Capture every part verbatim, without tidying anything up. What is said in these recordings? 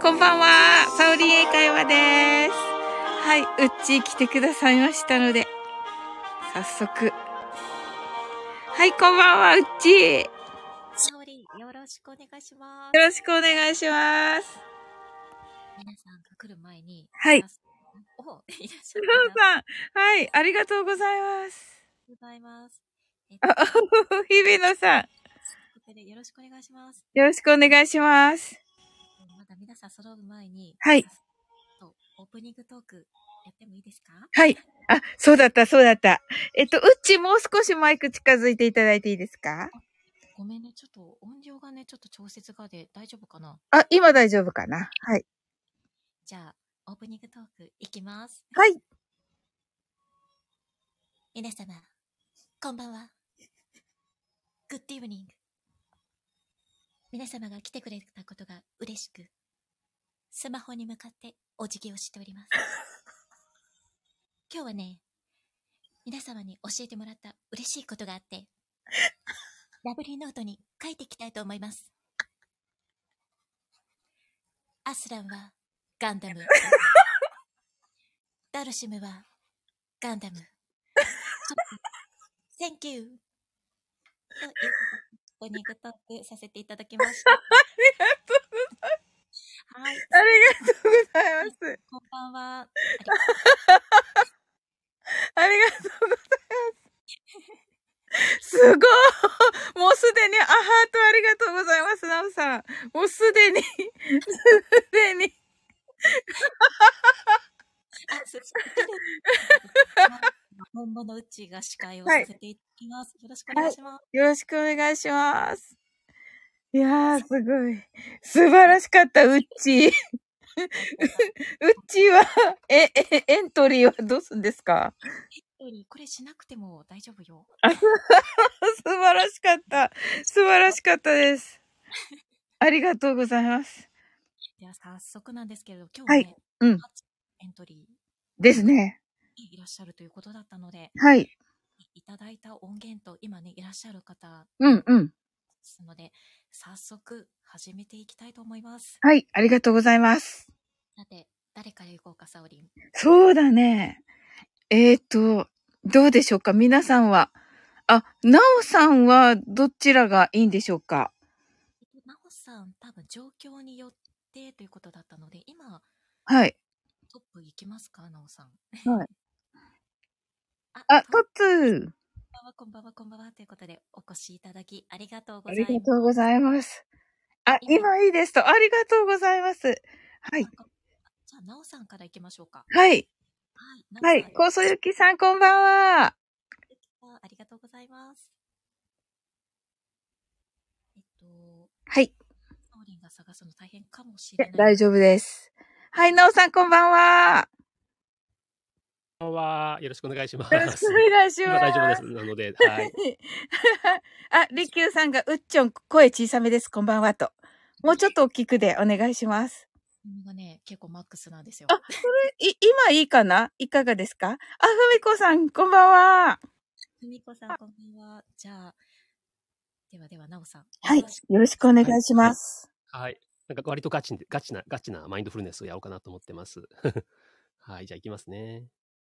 こんばんは。サオリン英会話です。はい、うっちー来てくださいましたので、早速。はい、こんばんは、うっちー。 サオリン、よろしくお願いします。 よろしくお願いします。 皆さんが来る前に、 はい。 お、いらっしふゃったな。 うさん、はい、ありがとうございます。 ございます。えっあ、日比野さん。 よろしくお願いします。 よろしくお願いします。 まだ皆さん揃う前に、 はい。 オープニングトークやってもいいですか？ はい。あ、そうだった、そうだった。えっと、うっちもう少しマイク近づいていただいていいですか？ ごめんね、ちょっと音量がね、ちょっと調節がで大丈夫かな？ あ、今大丈夫かな？はい。 じゃあ、オープニングトークいきます。 はい。 皆様、こんばんは。グッドイブニング。皆様が来てくれたことが嬉しく、スマホに向かってお辞儀をしております。今日はね、皆様に教えてもらった嬉しいことがあって、ラブリーノートに書いていきたいと思います。アスランはガンダム。ダルシムはガンダム。センキュー。というオープニングトークさせていただきました。 ありがとうございます。はい。ありがとうございます。 こんばんは。 ありがとうございます。すごい。もうすでに、あ、ハートありがとうございます、なおさん。もうすでに、すでに。 あ、す、す、本物うちが司会をさせていただきます。はい、よろしくお願いします、はい。 よろしくお願いします。いやー、すごい。素晴らしかった、うっちー。うっちーは、え、え、エントリーはどうすんですか？ エントリー、これしなくても大丈夫よ。 素晴らしかった。素晴らしかったです。ありがとうございます。 では早速なんですけれど、今日はね、 はい、うん。 エントリーですね。 いらっしゃるということだったので、 はい。 いただいた音源と今ねいらっしゃる方、 うんうん。 ですので、早速始めていきたいと思います。 はい、ありがとうございます。 さて、誰から行こうか、サオリン。 そうだね。えーと、どうでしょうか、皆さんは。あ、なおさんはどちらがいいんでしょうか？ なおさん、多分状況によってということだったので、今、 はい。 トップ行きますか、なおさん。 はい。あ、あトッツー。 こんばんは、こんばんは、こんばんは。ということで、お越しいただき、ありがとうございます。 ありがとうございます。あ、今いいですと。ありがとうございます。はい。 じゃあ、なおさんから行きましょうか。 はい。 はい。 はい。こそゆきさん、こんばんは。 ありがとうございます。えっと、 はい。 サオリンが探すの大変かもしれない。 大丈夫です。はい、なおさん、こんばんは。 こんばんは。よろしくお願いします。 よろしくお願いします。 今大丈夫です。なので、はい。 あ、りきゅうさんが、うっちょん、声小さめです。こんばんはと。もうちょっと大きくでお願いします。 がね、結構マックスなんですよ。 あ、それ、い、今いいかないかがですか？あ、ふみこさん、こんばんは。 ふみこさん、こんばんは。じゃあ、ではでは、なおさん。 はい。よろしくお願いします。 はい。はい、なんか割とガチ、ガチな、ガチなマインドフルネスをやろうかなと思ってます。はい。じゃあ行きますね。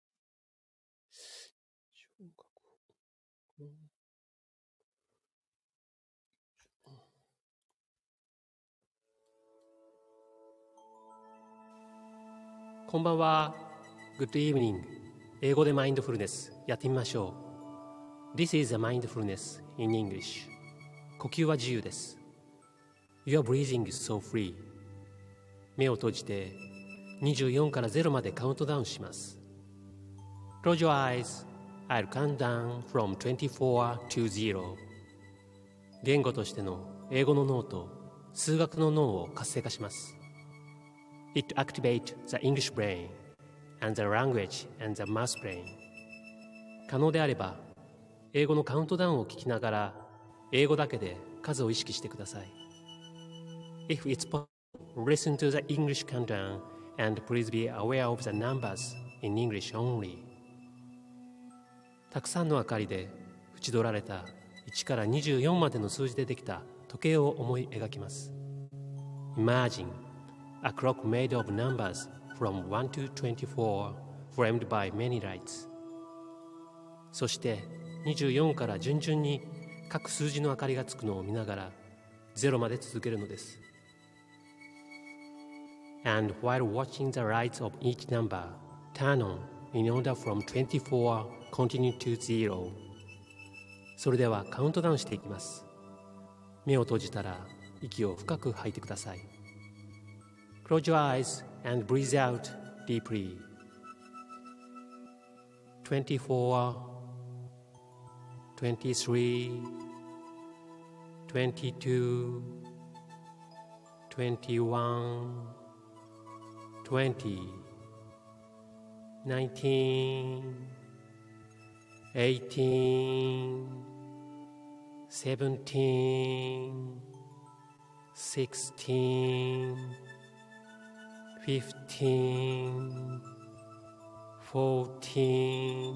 こんばんは。Good evening. 英語でマインドフルネスやってみましょう。This is a mindfulness in English. 呼吸は自由です。Your breathing is so free. 目を閉じてにじゅうよんからゼロまでカウントダウンします。Close your eyes. I'll count down from twenty-four to zero. 言語としての英語の脳と数学の脳を活性化します。It activates the English brain and the language and the math brain. 可能であれば、英語のカウントダウンを聞きながら、英語だけで数を意識してください。If it's possible, listen to the English countdown and please be aware of the numbers in English only. たくさんの明かりで縁取られたいちからにじゅうよんまでの数字でできた時計を思い描きます。Imagine a clock made of numbers from one to twenty-four, framed by many lights. そしてにじゅうよんから順々に各数字の明かりがつくのを見ながらゼロまで続けるのです。And while watching the lights of each number turn on in order from twenty-four continue to zero. それではカウントダウンしていきます。目を閉じたら息を深く吐いてください。Close your eyes and breathe out deeply. twenty-four, twenty-three, twenty-two, twenty-one, twenty, nineteen, eighteen, seventeen, sixteen, fifteen, fourteen,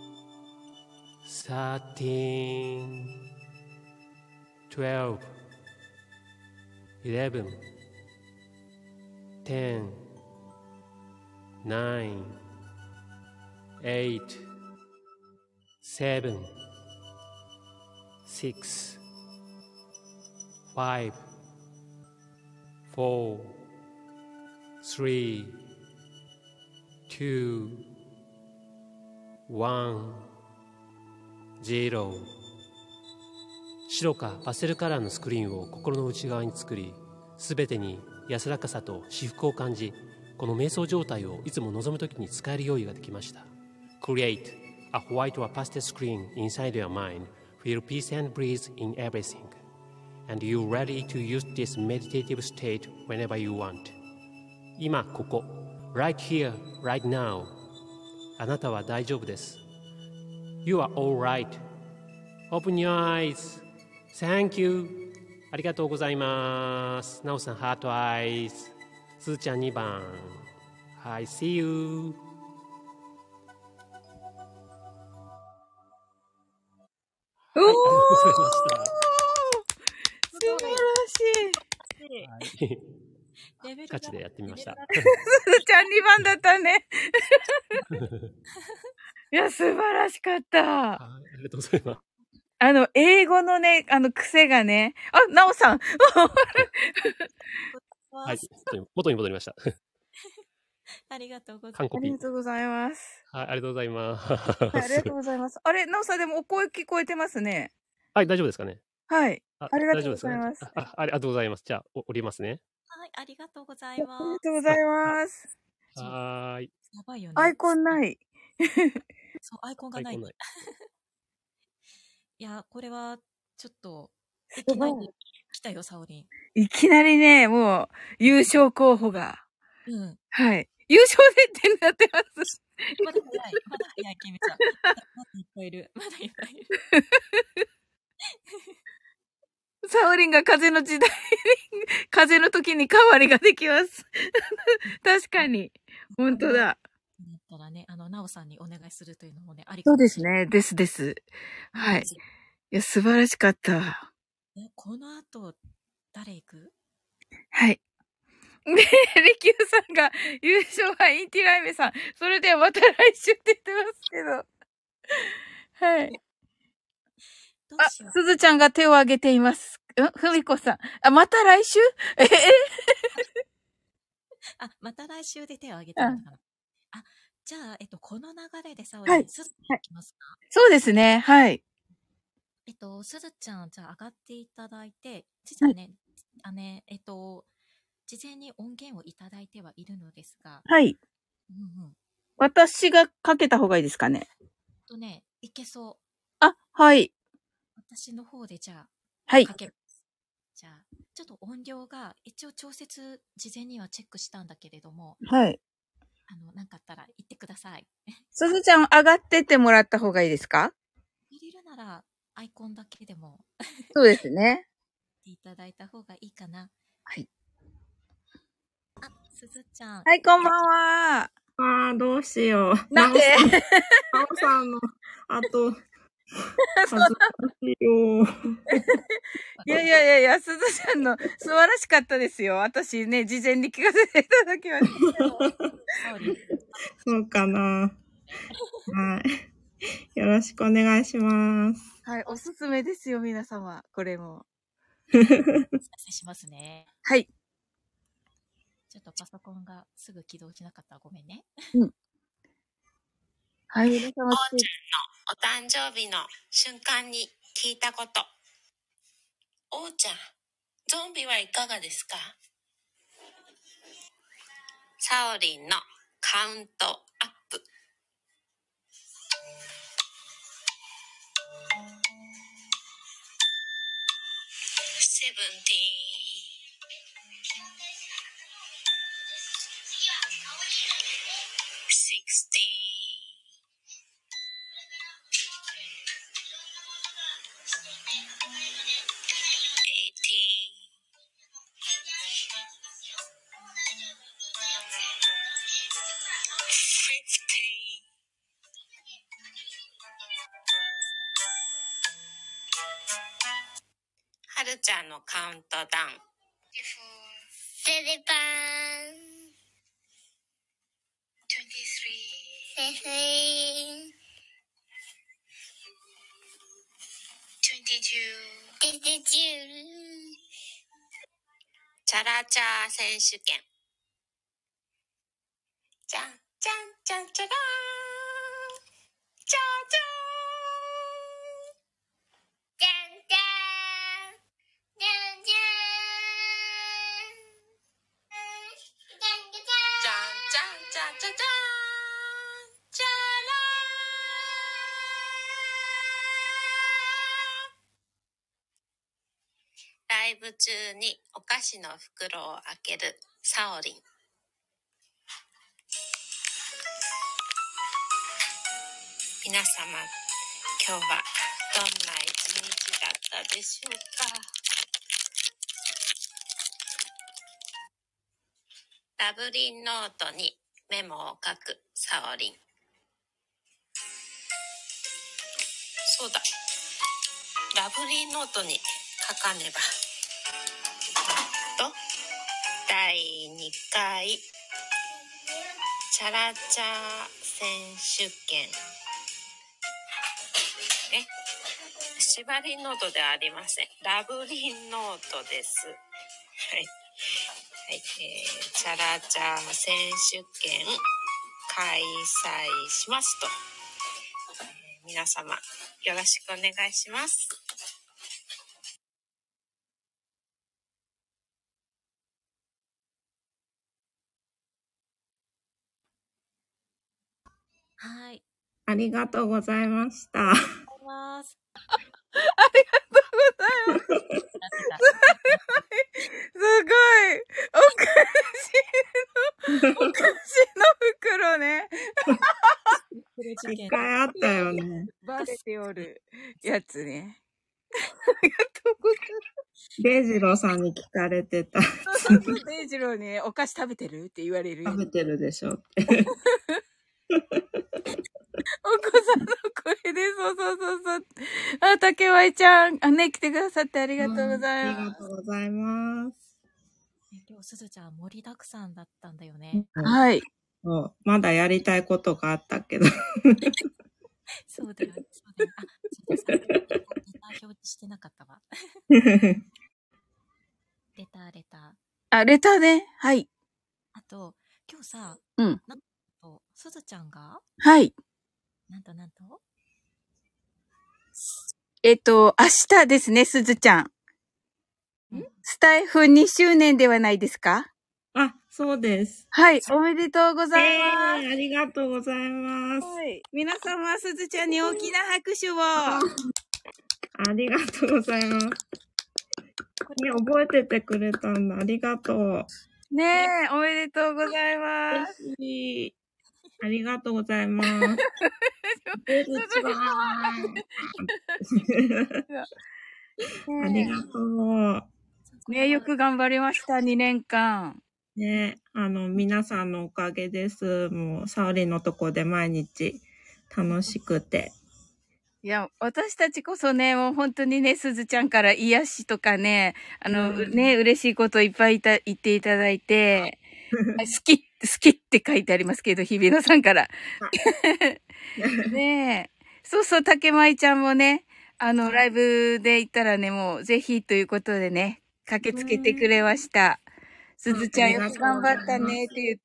thirteen, twelve, eleven, ten, nine, eight, seven, six, five, four, three, two, one, zero. 白かパステルカラーのスクリーンを心の内側に作り、すべてに安らかさと至福を感じ、この瞑想状態をいつも望むときに使える用意ができました。Create a white or pastel screen inside your mind. Feel peace and breeze in everything. And you're ready to use this meditative state whenever you want. 今ここ、right here, right now. あなたは大丈夫です。You are all right. Open your eyes. Thank you. ありがとうございます。なおさん、ハートアイズ。すーちゃんにばん。はい、See you. おー、 はい、ありがとうございました。 素晴らしい。 はい。 レベルがガチでやってみました。 すーちゃんにばんだったね。いや、素晴らしかった。 はい、ありがとうございます。 あの、英語のね、あの、癖がね。あ、なおさん。 はい、元に戻りました。 ありがとうございます。 ありがとうございます。 はい、ありがとうございます。 はい、ありがとうございます。あれ、なおさん、でもお声聞こえてますね。 はい、大丈夫ですかね。 はい。 あ、 ありがとうご大丈夫ですかね。 ざいます。 あ、あありがとうございます。じゃあ、お降りますね。 はい、ありがとうござあいます。 りがとうございます。 はーい。 やばいよね。 アイコンない。 そう、アイコンがない。いや、これは、ちょっと、いきなり来たよ、サオリン。 いきなりね、もう、優勝候補が。 うん。 はい。優勝でってなってます。 まだ早い。まだ早い、ケミちゃん。まだいっぱいいる。まだいっぱいいる。 サオリンが風の時代に、風の時に代わりができます。確かに。本当だ。 だったらね、あの、ナオさんにお願いするというのもね、ありそうですね。ですです。はい。いや、素晴らしかった。 え、この後、誰行く？ はい。で、リキューさんが優勝はインティライメさん。それではまた来週って言ってますけど。はい。あ、すずちゃんが手を挙げています。んふみこさん。あ、また来週ええあ、また来週で手を挙げてるのかな。あ、じゃあ、えっと、この流れでさおり、 はい。 すずちゃんいきますか？ そうですね。はい。 えっと、すずちゃん、じゃあ上がっていただいて、実はね、あね、えっと、事前に音源をいただいてはいるのですが。 はい。 うんうん。 私がかけた方がいいですかね。 とね、いけそう。 あ、はい。 私の方でじゃあ、 はい。 かけます。じゃあ、ちょっと音量が、一応調節、事前にはチェックしたんだけれども。 はい。 あの、なんかあったら言ってください。 すずちゃん上がってってもらった方がいいですか？ 入れるなら、アイコンだけでも。 そうですね。 いただいた方がいいかな。 はい。 あ、すずちゃん。 はい、こんばんは。 ああ、どうしよう。 なんで？ なおさんの、あと、恥ずかしいよ。 いやいややいやいや、すずちゃんの素晴らしかったですよ。私ね、事前に聞かせていただきましたけど。 そうかな。はい。よろしくお願いします。 はい、おすすめですよ、皆様。これも。 再生しますね。 はい。 ちょっとパソコンがすぐ起動しなかったらごめんね。 うん。はい、皆様。 おーちゃんのお誕生日の瞬間に聞いたこと。おーちゃん、ゾンビはいかがですか？サオリンのカウントアップ。セブンティーン、シックスティーン、エイティーン、フィフティーン。はるちゃんのカウントダウン。セレバーン。トゥエンティースリー。セーン。トゥエンティーツー。トゥエンティーツー。チャラチャー選手権。じゃんじゃんじゃんじゃらーん。じゃじゃーん。じゃんじゃーん。じゃんじゃーん。じゃんじゃじゃんじゃんじゃんじゃじゃーん。じゃらーん。ライブ中にお菓子の袋を開けるサオリン。皆様、今日はどんな一日だったでしょうか。ラブリンノートにメモを書くサオリン。そうだ、ラブリンノートに書かねば。と、だいにかいチャラチャー選手権。ね、縛りノートではありません。ラブリンノートです。はい。はい、えー、チャラチャー選手権開催しますと、えー、皆様よろしくお願いします。 はい。 ありがとうございました。 ありがとうございます。 ありがとうございます。すごい。お菓子の、お菓子の袋ね。 一回あったよね。 バレておるやつね。ありがとうございます。 デイジローさんに聞かれてた。 そうそう、デイジローにお菓子食べてるって言われる。 食べてるでしょって。 お子さんの声で、そうそうそうそう。あ、竹舞ちゃん、あ、ね、来てくださってありがとうございます。 ありがとうございます。 今日、すずちゃん盛りだくさんだったんだよね。 はい。 そうまだやりたいことがあったけど。 そうだよ、そうだよ。あ、そうだ、さっきレター表示してなかったわ。レター、レター。 あ、レターね。はい。 あと、今日さ、 うん。 なんと、すずちゃんがはい。 なんとなんとえっと、明日ですね、すずちゃん。んスタイフにしゅうねんではないですか？ あ、そうです。 はい、おめでとうございます。 えー、ありがとうございます。 はい。皆様、すずちゃんに大きな拍手を。 ありがとうございます。ね、覚えててくれたんだ。ありがとう。 ねえ、おめでとうございます。 嬉しい。ありがとうございます。ベルチはありがとう。 ね、よく頑張りました、にねんかん。 ね、あの、皆さんのおかげです。もう、サオリンのとこで毎日楽しくて。 いや、私たちこそね、もう本当にね、すずちゃんから癒しとかね、あの、 うんね、嬉しいこといっぱいいた言っていただいて、好き、好きって書いてありますけど、日比野さんから。ねえ。そうそう、竹舞ちゃんもね、あの、ライブで行ったらね、もうぜひということでね、駆けつけてくれました。すずちゃんよく頑張ったねって言って、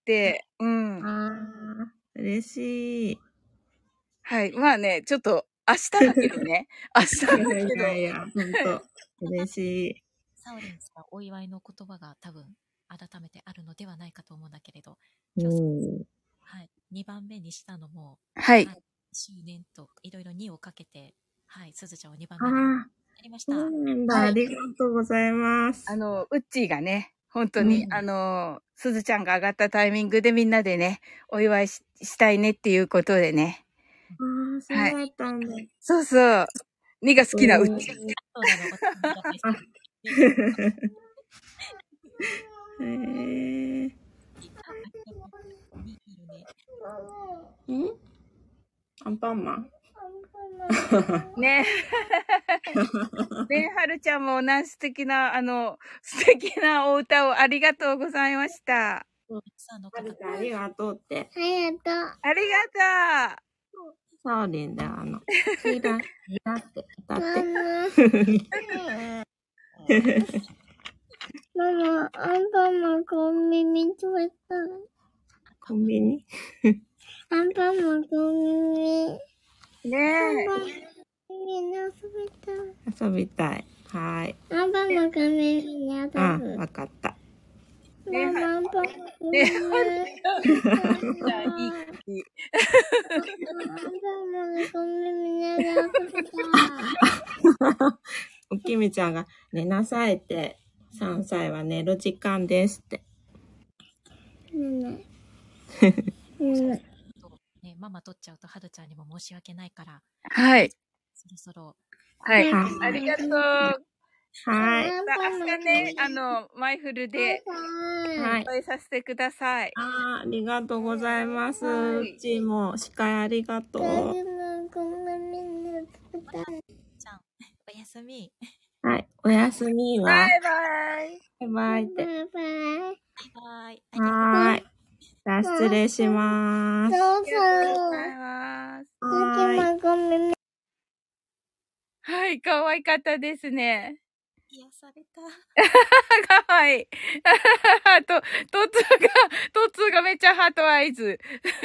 うん。 あー、嬉しい。 はい。まあね、ちょっと、明日だけどね。明日だいやいけど。 やいや、ほんと、嬉しい。 サオリンさん、お祝いの言葉が多分、改めてあるのではないかと思うんだけれど、今日、 うんはい、にばんめにしたのも、 はい。 周年といろいろにをかけて、はい、すずちゃんをにばんあめにやあ、 りました。 そうなんだ。 はいありがとうございます。 あの、ウッチーがね、本当に、 うんあの、すずちゃんが上がったタイミングでみんなでね、お祝いししたいねっていうことでね。 ああ、そうだったんだ。 そうそう。にが好きなウッチー。 そうなの、私も大好き。 へえ。んアンパンマンねえ。ねえ、はるちゃんもな、素敵な、あの、素敵なお歌をありがとうございました。 さんの方はるちゃんありがとうって。 ありがとう。 ありがとサオリンであの、キラキラって歌って。 ママ、アンパンマンコンビニ食べたい。 コンビニアンパンマンコンビニ。 う。ねアンえ。 パンマンコンビニで遊びたい。 遊びたい。はーい。 アンパンマンコンビニで遊ぶ。 あ、わかった。 ねママ、アンパンマンコンビニねで遊じゃあ、いい、いい。 アンパンマンコンビニで遊びたい。 おきみちゃんが寝なさいって、さんさいは寝る時間ですって。 ねえ。ねえ。 ね、ママ取っちゃうとはるちゃんにも申し訳ないから、 はい。 そろそろ、 はい。 はいありがとう。 はい。 明日ね、あの、マイフルではいお。会いさせてください。 あーありがとうございます。 はい。 うちも司会ありがとう。 アンパンマンコンビニで遊びたい。 ちゃん、おやすみ。 はい。おやすみは。 バイバイ。 バイバイって。 バイバイ。 バイバイ。 はーい。じゃあ失礼しまーす。 そうありがとうごそう。 ざいます。 アンパンマンコンビニ。 はい、可愛かったですね。 癒された。 かわいい。ハート、トツーが、トツーがめっちゃハートアイズ。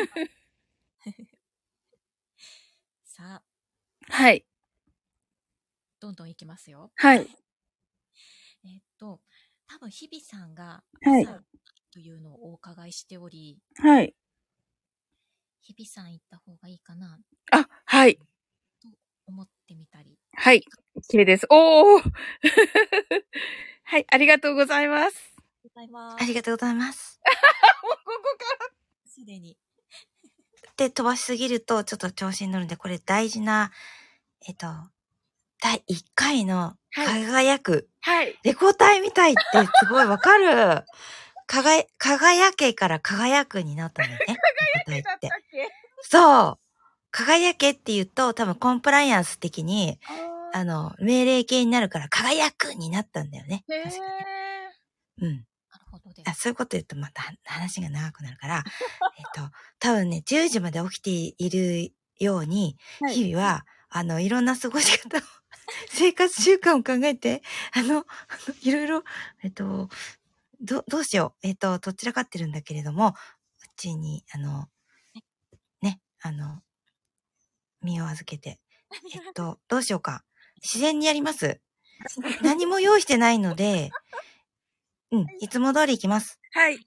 さあ、 はい。 どんどんいきますよ。 はい。 えーっと、多分日比さんがはい朝というのをお伺いしており、 はい。 日比さん行った方がいいかなあ、はい。 と思ってみたり。 はい。OK です。おーはい、ありがとうございます。 ございます。 ありがとうございます。 もうここから。 すでに。 で、飛ばしすぎるとちょっと調子に乗るんで、これ大事な、えっと、だいいっかいの輝く、 はい。 レコ大みたいってすごいわかる。輝、輝けから輝くになったんだよね。レコ大って。そう。輝けって言うと多分コンプライアンス的に、あの、命令形になるから輝くになったんだよね。 へー。 確かに。うん。 なるほどです。 あ、そういうこと言うとまた話が長くなるから、えっと、多分ね、じゅうじまで起きているように、 はい日々は、あの、いろんな過ごし方を、生活習慣を考えて、あの、あのいろいろ、えっと、ど、どうしよう。えっと、どちらかってるんだけれども、うちに、あの、ね、あの、身を預けて、えっと、どうしようか。自然にやります。何も用意してないので、うん、いつも通り行きます。 はい。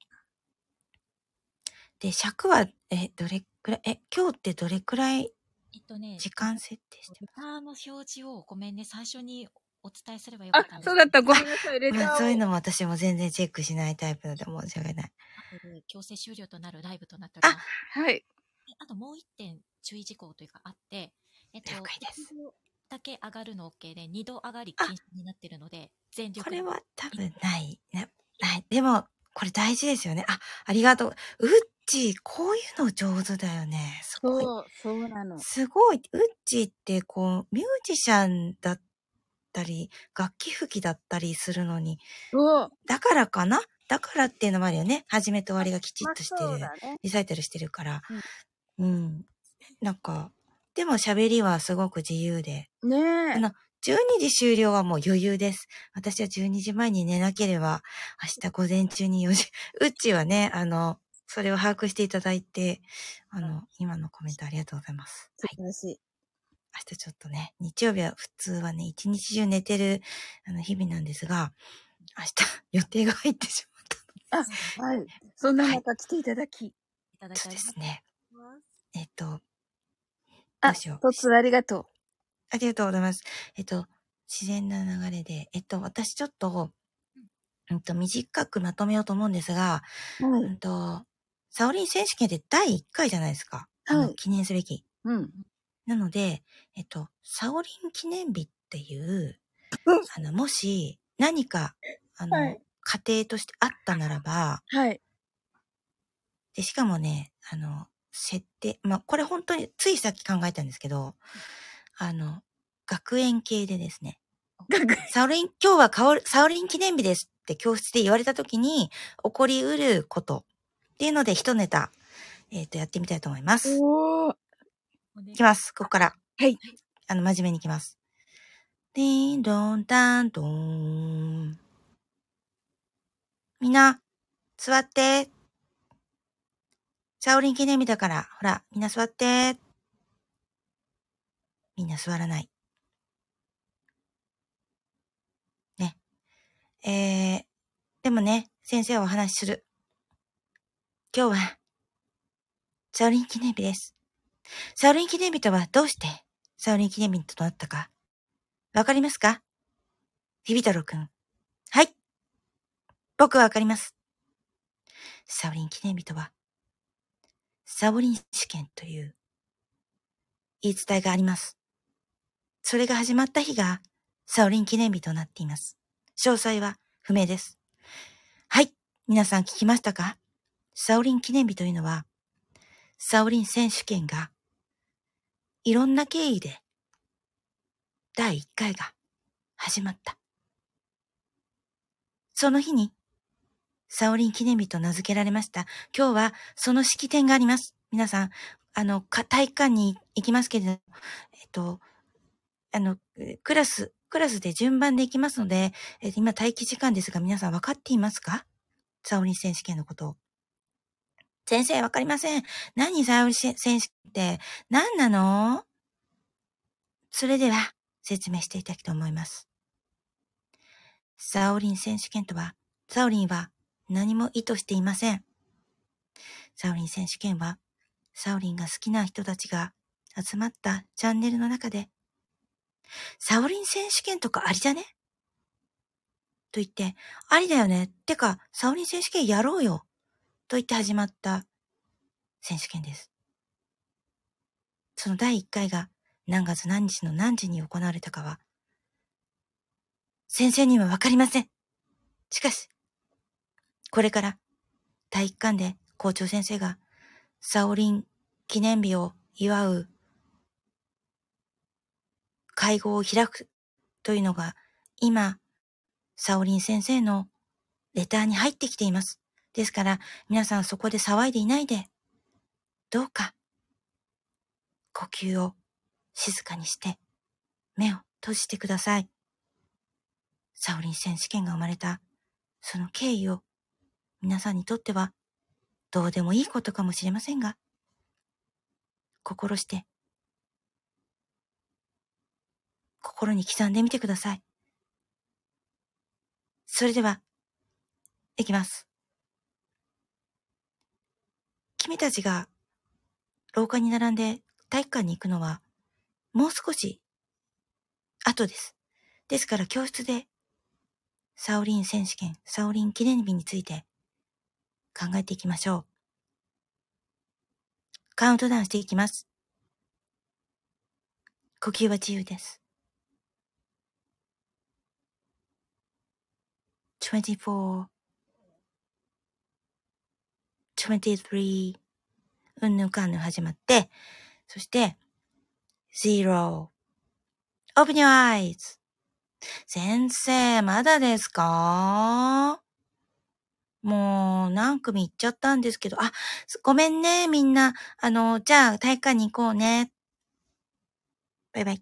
で、尺は、え、どれくらい、え、今日ってどれくらいえっとね、 時間設定してレターの表示をごめんね、最初にお伝えすればよかったんあ、 ですそうだった。ごめんなさい。レターを。 ますそういうのも私も全然チェックしないタイプなので申し訳ない。 後で強制終了となるライブとなっております。 はい。 であともう一点注意事項というかあって、えっと、 了解です一度だけ上がるの OK で、二度上がり禁止になってるので、全力でこれは多分ない。ね、ない。でも、これ大事ですよね。あ、ありがとう。うっち、こういうの上手だよね。すごい。 そう、そうなの。 すごい。うっちーってこう、ミュージシャンだったり、楽器吹きだったりするのに、 そう。 だからかなだからっていうのもあるよね。始めと終わりがきちまあっとしてる。 そうだね。 リサイタルしてるから。 うん。 うん。なんか、でも喋りはすごく自由で。 ねえ。 あの、じゅうにじ終了はもう余裕です。私はじゅうにじまえに寝なければ、明日午前中によじ、うっちーはね、あの、それを把握していただいて、あの、今のコメントありがとうございます。 素晴らしい。 明日ちょっとね、日曜日は普通はね、一日中寝てる、あの、日々なんですが、明日予定が入ってしまったので。 あ、はい。そんな中来ていただき。 いただきそうありがとうですね。 ございます。 えっと、どあ、 うしよう。 とつありがとう。 ありがとうございます。えっと、自然な流れで、えっと、私ちょっと、うんと、短くまとめようと思うんですが、 はい。 うんと、サオリン選手権ってだいいっかいじゃないですか。あの、 はい。 記念すべき。 うん。 なので、えっと、サオリン記念日っていう、あの、もし何か、あの、 はい。 家庭としてあったならば、 はい。 で、しかもね、あの、設定、まあ、これ本当についさっき考えたんですけど、あの、学園系でですね、サオリン、今日はカオサオリン記念日ですって教室で言われたときに起こりうることっていうので一ネタ、えっと、やってみたいと思います。 おー。 いきます。ここから。 はい。 あの、真面目にいきます。ディーンドンタンドーン。みんな、座って。サオリン記念日だから、ほら、みんな座って。みんな座らない。ね。えー、でもね、先生はお話しする。今日は、サオリン記念日です。サオリン記念日とはどうしてサオリン記念日となったか、わかりますか？ビビ太郎くん。はい。僕はわかります。サオリン記念日とは、サオリン試験という言い伝えがあります。それが始まった日がサオリン記念日となっています。詳細は不明です。はい。皆さん聞きましたか？サオリン記念日というのは、サオリン選手権がいろんな経緯でだいいっかいが始まった。その日にサオリン記念日と名付けられました。今日はその式典があります。皆さん、あの、体育館に行きますけれども、えっと、あの、クラス、クラスで順番で行きますので、え今待機時間ですが皆さん分かっていますか？サオリン選手権のことを。先生分かりません。何サオリン選手権って何なの？それでは説明していただきたいと思います。サオリン選手権とは、サオリンは何も意図していません。サオリン選手権は、サオリンが好きな人たちが集まったチャンネルの中で、サオリン選手権とかありじゃね？と言って、ありだよね。てか、サオリン選手権やろうよ。と言って始まった選手権です。そのだいいっかいが何月何日の何時に行われたかは、先生にはわかりません。しかし、これから体育館で校長先生がサオリン記念日を祝う会合を開くというのが今、サオリン先生のレターに入ってきています。ですから皆さんそこで騒いでいないで、どうか呼吸を静かにして目を閉じてください。サオリン選手権が生まれたその経緯を皆さんにとってはどうでもいいことかもしれませんが、心して心に刻んでみてください。それでは、いきます。君たちが廊下に並んで体育館に行くのはもう少し後です。ですから教室でサオリン選手権、サオリン記念日について考えていきましょう。カウントダウンしていきます。呼吸は自由です。にじゅうよん、にじゅうさん、にじゅうに、 にじゅうさん、うんぬんかんぬん始まって、そして、zero, open your eyes. 先生、まだですか？もう何組行っちゃったんですけど、あ、ごめんね、みんな。あの、じゃあ体育館に行こうね。バイバイ。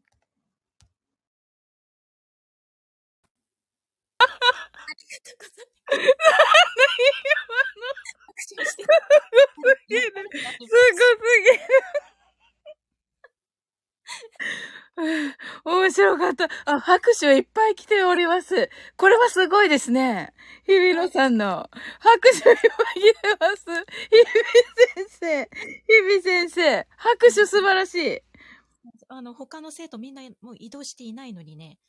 ありがとうございます。拍手してすごすぎる。すごすぎる。面白かった。あ、拍手いっぱい来ております。これはすごいですね。日比野さんの拍手いっぱい来てます。日比先生。日比先生。拍手素晴らしい。 あの、他の生徒みんなもう移動していないのにね。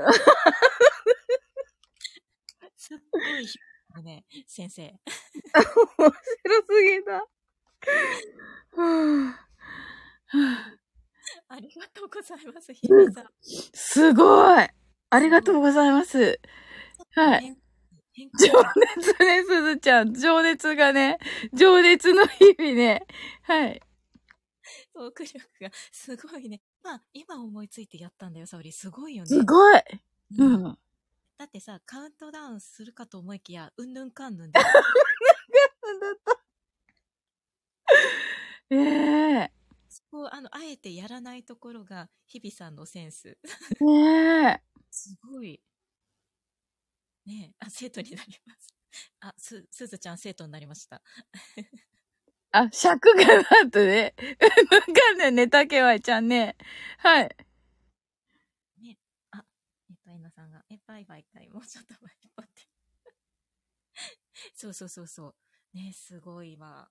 すっごいひね、先生。 面白すぎた。はあありがとうございます、日比さん。 すごい。ありがとうございます。はい。情熱ね、すずちゃん。情熱がね。情熱の日々ね。はい。 トーク力がすごいね。まあ、今思いついてやったんだよ、沙織。すごいよね。 すごい。うん。 うん、だってさ、カウントダウンするかと思いきや、うんぬんかんぬんで。うんぬんかんぬんだった。ええー。 そこあの、あえてやらないところが、日々さんのセンス。 ねえ。 すごい。ねえ、あ、生徒になります。あ、す、すずちゃん生徒になりました。 あ、尺がなんとね。なんかね、ネタけわいちゃんね。はい。 ね、あ、えっと、えなさんが、え、バイバイかい、もうちょっと前に待って。そうそうそうそう。ね、すごいわ。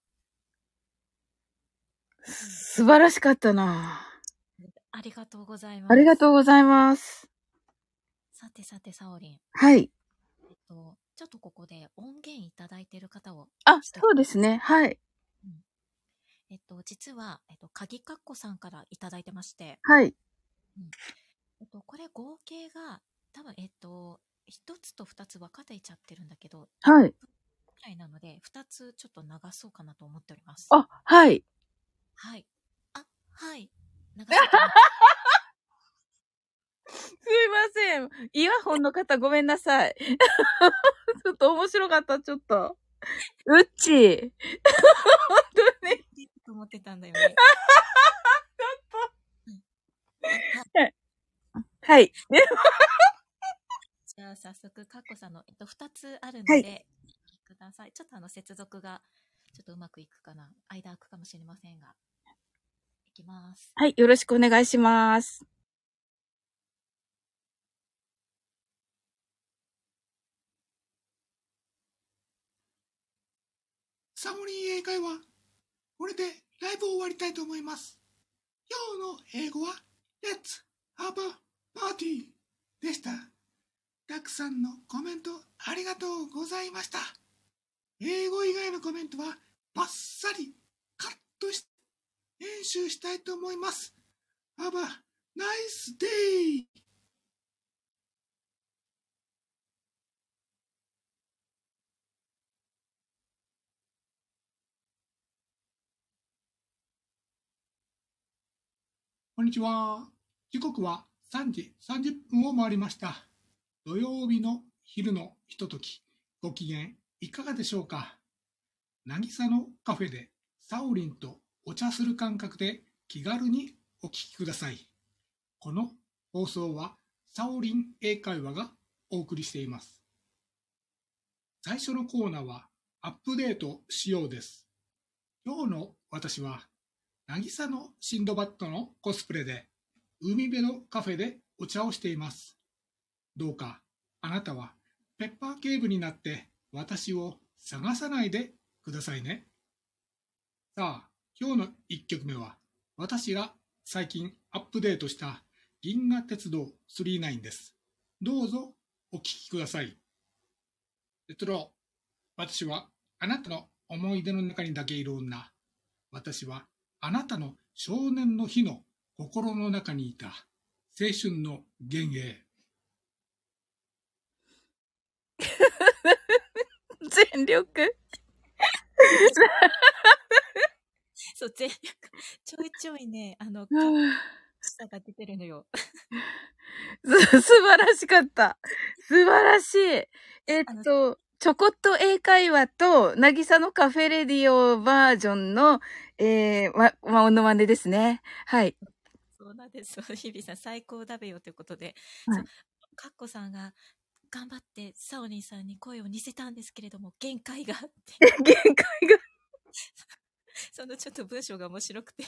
素晴らしかったな。 ありがとうございます。 ありがとうございます。 さてさて、さおりん。 はい。 えっと、ちょっとここで音源いただいている方を。 あ、そうですね。はい。 うん、えっと、実は、えっと、かぎかっこさんからいただいてまして。 はい。 うん、えっと、これ合計が、多分、えっと、一つと二つ分かれちゃってるんだけど。 はい。 くらいなので、二つちょっと流そうかなと思っております。 あ、はい。 はい。あ、はい。流そうかな。 すいません。イヤホンの方ごめんなさい。ちょっと面白かった、ちょっと。うっちー。本当に。 と思ってたんだよね。 はい。 じゃあ早速、かっこさんの、えっと、二つあるので、はい、ください。ちょっとあの、接続が、ちょっとうまくいくかな。間空くかもしれませんが。いきます。 はい、よろしくお願いします。 サモリン英会話、これでライブを終わりたいと思います。今日の英語は Let's have a party でした。たくさんのコメントありがとうございました。英語以外のコメントはバッサリカットして編集したいと思います。Have a nice day! こんにちは。時刻はさんじさんじゅっぷんを回りました。土曜日の昼のひととき、ご機嫌いかがでしょうか。渚のカフェでサオリンとお茶する感覚で気軽にお聞きください。この放送はサオリン英会話がお送りしています。最初のコーナーはアップデートしようです。今日の私は渚のシンドバッドのコスプレで海辺のカフェでお茶をしています。どうかあなたはペッパー警部になって私を探さないでくださいね。さあ、今日のいっきょくめは私が最近アップデートした銀河鉄道さんじゅうきゅうです。どうぞお聞きください。鉄郎、私はあなたの思い出の中にだけいる女。私はあなたの少年の日の心の中にいた青春の幻影。 全力そう、全力、ちょいちょいね、あの、かさが出てるのよ。 す、素晴らしかった。素晴らしい。えっあの、 と、ちょこっと英会話と、なぎさのカフェレディオバージョンの、えー、ま、ま、ものまねですね。はい。 そうなんです。日々さん、最高だべよということで、そう、 はい。 かっこさんが頑張ってサオリンさんに声を似せたんですけれども、限界があって、 え、限界が。 そのちょっと文章が面白くて、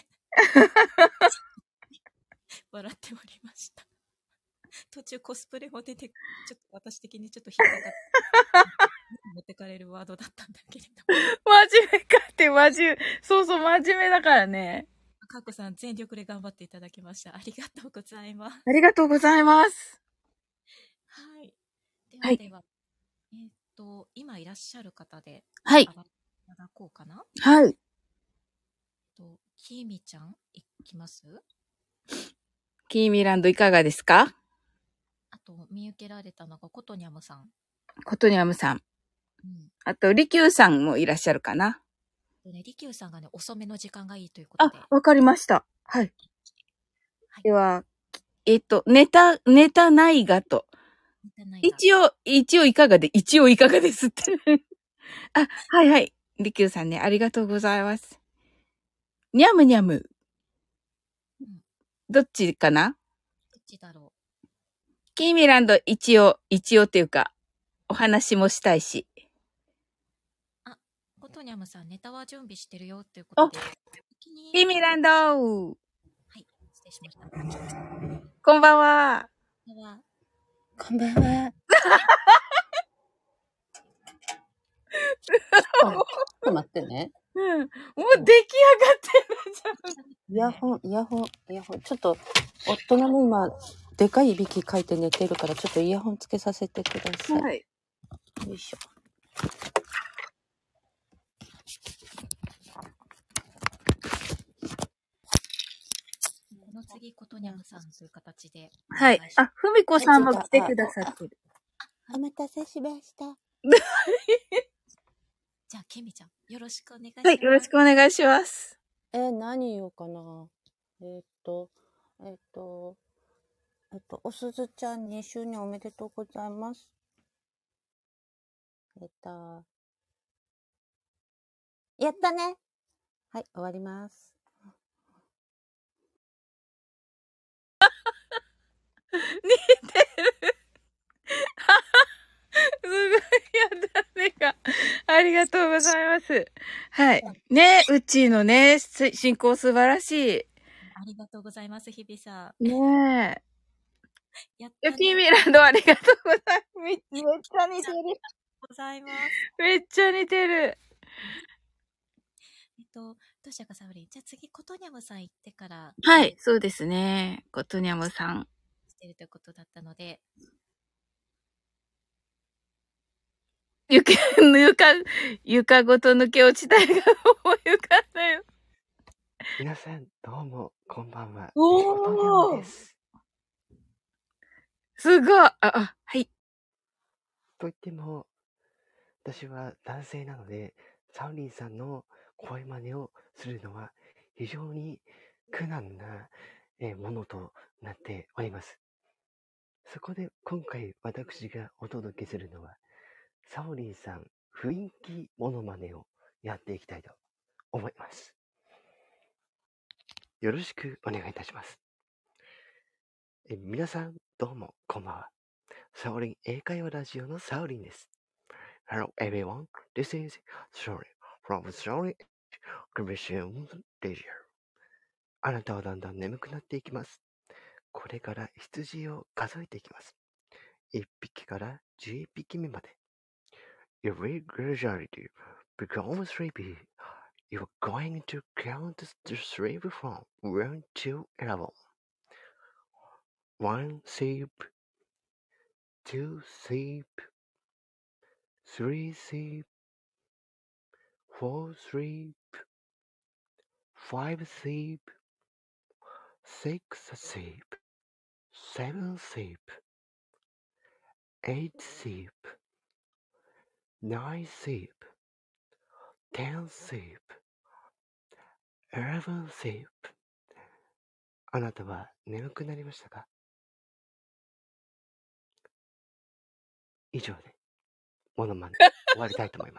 笑っておりました。途中コスプレも出て、ちょっと私的にちょっと引っかかって、持ってかれるワードだったんだけれども。 真面目かって真面目。そうそう、真面目だからね。 かっこさん、全力で頑張っていただきました。ありがとうございます。 ありがとうございます。 はい。ではい。 はでは、えーっと、今いらっしゃる方で、 はい。 あばいただこうかな。 はい。 と、きみちゃん、いきます？ キーミランドいかがですか？ あと、見受けられたのが、ことにゃむさん。 コトニャムさん。 うん。 あと、リキューさんもいらっしゃるかな？ でね、りきゅうさんがね、遅めの時間がいいということあ、 で。 わかりました。はい。 はい。 では、えっと、ネタ、ネタないがと。 ネタないが。 一応、一応いかがで、一応いかがですって。あ、はいはい。リキューさんね、ありがとうございます。にゃむにゃむ。 うん。 どっちかな？ どっちだろう。 キーミランド一応、一応っていうか、お話もしたいし。 あ、ことにゃむさん、ネタは準備してるよっていうことで。先にキーミランドはい、失礼しました。 こんばんは。 では、 こんばんは。ちょっと待ってね。 うん。もう出来上がってるじゃん。 イヤホン、イヤホン、イヤホン。ちょっと、夫がね、今、でかいいびきかいて寝てるから、ちょっとイヤホンつけさせてください。 はい。 よいしょ。 この次、ことにゃむさんという形で。 はい。あ、ふみこさんも来てくださってる。 お待たせしました。 じゃあ、けみちゃん、よろしくお願いします。 はい、よろしくお願いします。 えー、何言おうかな。えー、っと、えー、っと、えっと、おすずちゃんにしゅうねんおめでとうございます。えっと、やったね。はい、終わります。 似てる。すごいやだねが。ありがとうございます。はい。ね、うちのね、進行素晴らしい。 ありがとうございます、日比さん。ねえ。やったね。キーね。 ミランドありがとうございます。めっちゃ似てる。 ございます。 めっちゃ似てる。 えっと、どうしようか、サウリン。じゃあ次、ことにゃむさん行ってから。 はい、そうですね。ことにゃむさん。 してるということだったので。 床、床、床ごと抜け落ちたいが思い浮かんだよ。 皆さん、どうも、こんばんは。 おー、 です。 すごい。あ、あ、はい。 と言っても、私は男性なので、サウリンさんの声真似をするのは非常に苦難なものとなっております。そこで今回私がお届けするのは、サオリンさん雰囲気モノマネをやっていきたいと思います。よろしくお願いいたします。え皆さんどうもこんばんは。サオリン英会話ラジオのサオリンです。Hello everyone, this is Saori from Saori Commission Radio。あなたはだんだん眠くなっていきます。これから羊を数えていきます。いっぴきからじゅういっぴきめまで。You will gradually become sleepy. You are going to count the sleep from one to eleven. One sleep, two sleep, three sleep, four sleep, five sleep, six sleep, seven sleep, eight sleep, nine sleep, ten sleep, eleven sleep。あなたは眠くなりましたか？以上で、モノマネ終わりたいと思います。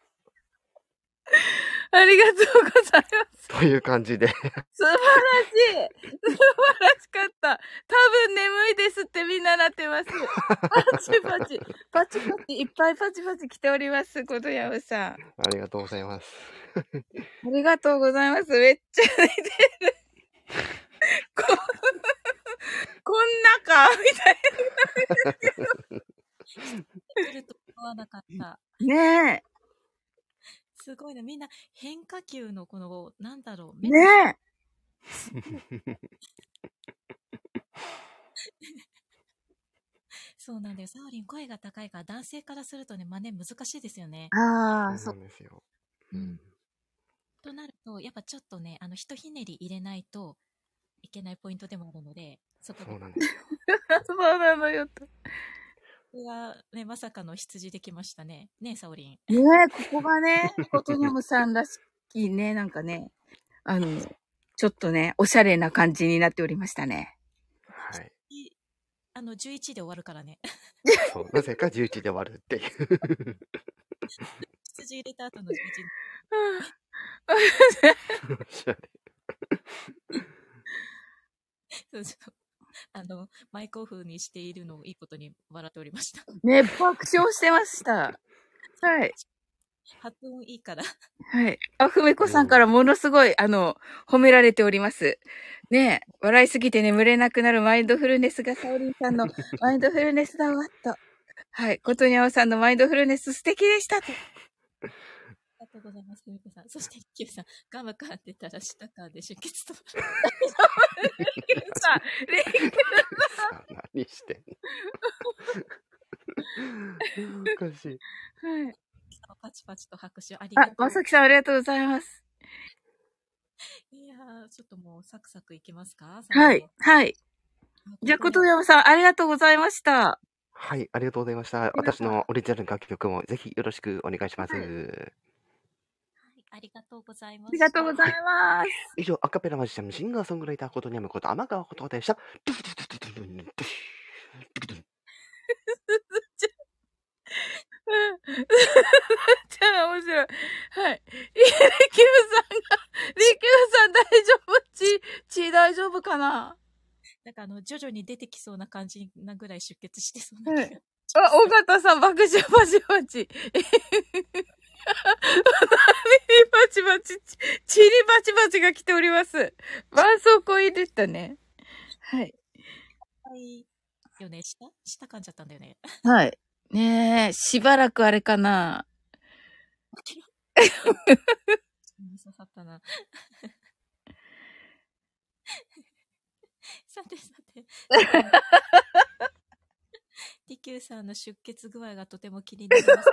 ありがとうございます。 という感じで。 素晴らしい。素晴らしかった。多分眠いですってみんななってます。パチパチ。パチパチ。いっぱいパチパチ来ております。ことやむさん。 ありがとうございます。 ありがとうございます。めっちゃ寝てる。こ, こんなかみたいな。 来ると思わなかった。 ねえ。 すごいね。みんな変化球のこの、なんだろう。 ねえ。 そうなんだよ。サオリン声が高いから男性からするとね、真似難しいですよね。 ああ、 そうなんですよ。 うん。となると、やっぱちょっとね、あの、ひとひねり入れないといけないポイントでもあるので、そこで。 そうなんですよ。 そうなのよと。 これはね、まさかの羊できましたね。ねえ、サオリン。 ねえ、ここがね、コトニャムさんらしきね、なんかね、あの、ちょっとね、おしゃれな感じになっておりましたね。 はい。 あの、じゅういちで終わるからね。 そう、なぜかじゅういちで終わるっていう。 羊入れた後のじゅういち。 おしゃれ。 そうそう。あの、マイクオフにしているのをいいことに笑っておりました。 ね、爆笑してました。はい。 発音いいから。 はい。あ、ふみこさんからものすごい、あの、褒められております。ねえ、笑いすぎて眠れなくなるマインドフルネスがサオリンさんのマインドフルネスだわ、と。はい。ことにゃおさんのマインドフルネス素敵でしたと。 ありがとうございます、ふみこさん。そして、キューさん、ガム噛んでたら舌噛んで出血と。リキューさん、リキューさん。何してんの？おかしい。 はい。 パチパチと拍手ありがとう。 あ、まさきさんありがとうございます。 いやー、ちょっともうサクサクいきますか？ はい、はい。じゃあ、ことやまさんありがとうございました。 はい、ありがとうございました。私のオリジナル楽曲もぜひよろしくお願いします。はい、 ありがとうございます。 ありがとうございます。 以上、アカペラマジシャン、シンガーソングライターことにゃむこと天川ことでした。 じゃあ面白い。はい。リキューさんが、リキューさん大丈夫？血、血大丈夫かな？ なんかあの、徐々に出てきそうな感じなぐらい出血してそうな気が。はい、 あ、尾形さん爆笑パチパチ。パチパチ、チリパチパチが来ております。絆創膏入れたね。はい。 はい。よね、下下噛んじゃったんだよね。 はい。ねえ、しばらくあれかな。 刺さったな。さてさて。ティキューさんの出血具合がとても気になります。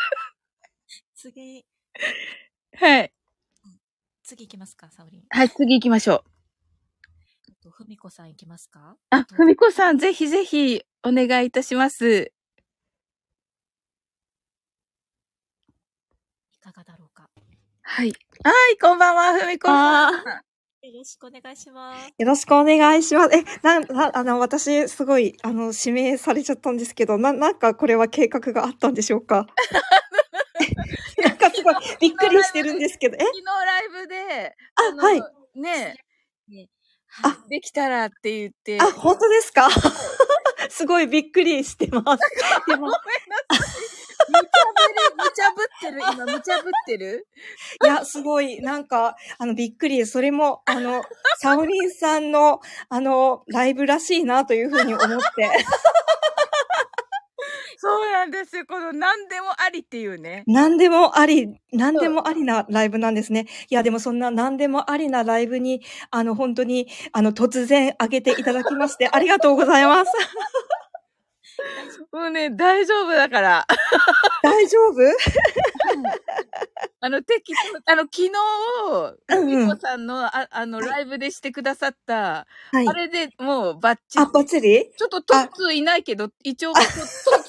次。 はい。 次行きますか、サオリン。 はい、次行きましょう。ふみこさん行きますか？ あ、ふみこさんぜひぜひお願いいたします。 いかがだろうか。 はい。はい、こんばんは、ふみこさん。 よろしくお願いします。 よろしくお願いします。え、な、な、あの、私、すごい、あの、指名されちゃったんですけど、な、なんかこれは計画があったんでしょうか？なんかすごい、びっくりしてるんですけど、え？ 昨日ライブで、 あ、はい。 ねえ、あ、できたらって言って。 あ、本当ですか？すごいびっくりしてます。 でもごめんなさい。無茶ぶり、無茶ぶってる今、無茶ぶってるいや、すごい、なんか、あの、びっくり。それも、あの、サオリンさんの、あの、ライブらしいなというふうに思って。 そうなんですよ。この何でもありっていうね。 何でもあり、何でもありなライブなんですね。いや、でもそんな何でもありなライブに、あの、本当に、あの、突然上げていただきまして、ありがとうございます。 もうね、大丈夫だから。 大丈夫？ あの、適当、あの、昨日、みこさんの、あ、あの、ライブでしてくださった、はい、あれでもうバッチリ。 あ、バッチリ？ ちょっとトッツーいないけど、一応、トッツ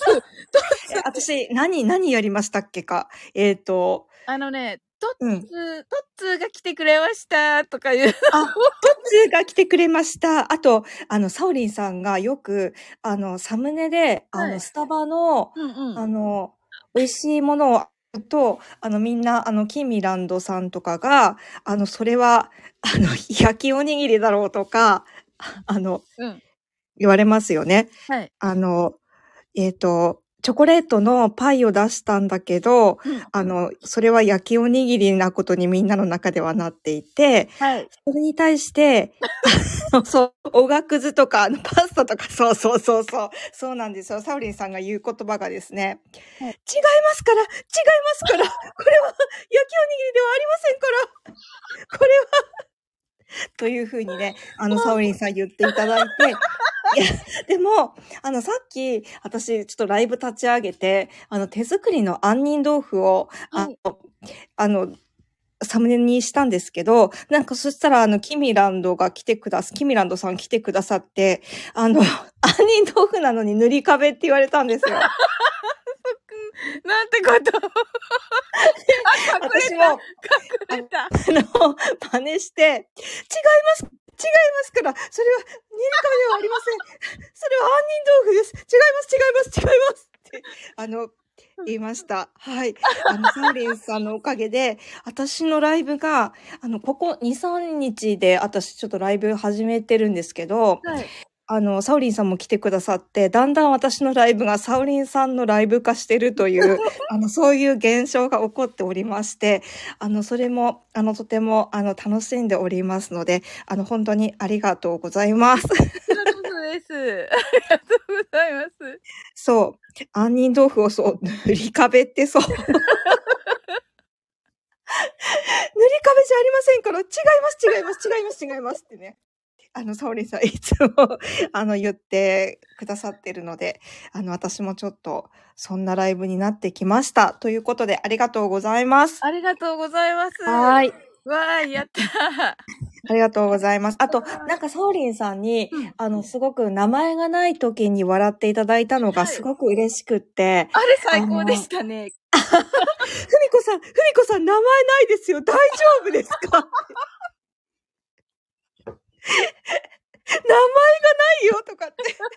え、私、何、何やりましたっけか。えっ、ー、と。 あのね、トッツー、 うん、 トッツーが来てくれましたとかいう。あ、トッツーが来てくれました。あと、あの、サオリンさんがよく、あの、サムネで、あの、はい、スタバの、うんうん、あの、美味しいものを、と、あの、みんな、あの、キーミランドさんとかが、あの、それは、あの、焼きおにぎりだろうとか、あの、うん、言われますよね。はい。あの、えっと、チョコレートのパイを出したんだけど、うん、あの、それは焼きおにぎりなことにみんなの中ではなっていて、はい。それに対して、あの、そう、おがくずとか、あの、パスタとか、そうそうそうそう、そうなんですよ。サウリンさんが言う言葉がですね、はい、違いますから、違いますから、これは焼きおにぎりではありませんから、これは、というふうにね、あの、サウリンさん言っていただいて、いや、でも、あの、さっき、私、ちょっとライブ立ち上げて、あの、手作りの杏仁豆腐を、あの、はい、あの、サムネにしたんですけど、なんかそしたら、あの、キミランドが来てくださ、キミランドさん来てくださって、あの、杏仁豆腐なのに塗り壁って言われたんですよ。 なんてこと私も、 隠れた。 あの、真似して、違います違いますから、それは、塗り壁はありません。それは杏仁豆腐です。違います、違います、違いますって、あの、言いました。はい。あの、サウリンさんのおかげで、私のライブが、あの、ここに、さんにちで、私ちょっとライブ始めてるんですけど、はい。あの、サウリンさんも来てくださって、だんだん私のライブがサウリンさんのライブ化してるという、あの、そういう現象が起こっておりまして、あの、それも、あの、とても、あの、楽しんでおりますので、あの、本当にありがとうございます。 ありがとうございます。ありがとうございます。 そう。杏仁豆腐をそう、塗り壁ってそう。塗り壁じゃありませんから、違います、違います、違います、違いますってね。あの、サオリンさんいつも、あの、言ってくださってるので、あの、私もちょっと、そんなライブになってきました。ということで、ありがとうございます。 ありがとうございます。 はい。 わーい、やったー。 ありがとうございます。あと、なんか、サオリンさんに、うん、あの、すごく名前がない時に笑っていただいたのがすごく嬉しくって。 はい、あれ最高でしたね。 ふみこさん、ふみこさん、名前ないですよ。大丈夫ですか名前がないよとかって。あ、キー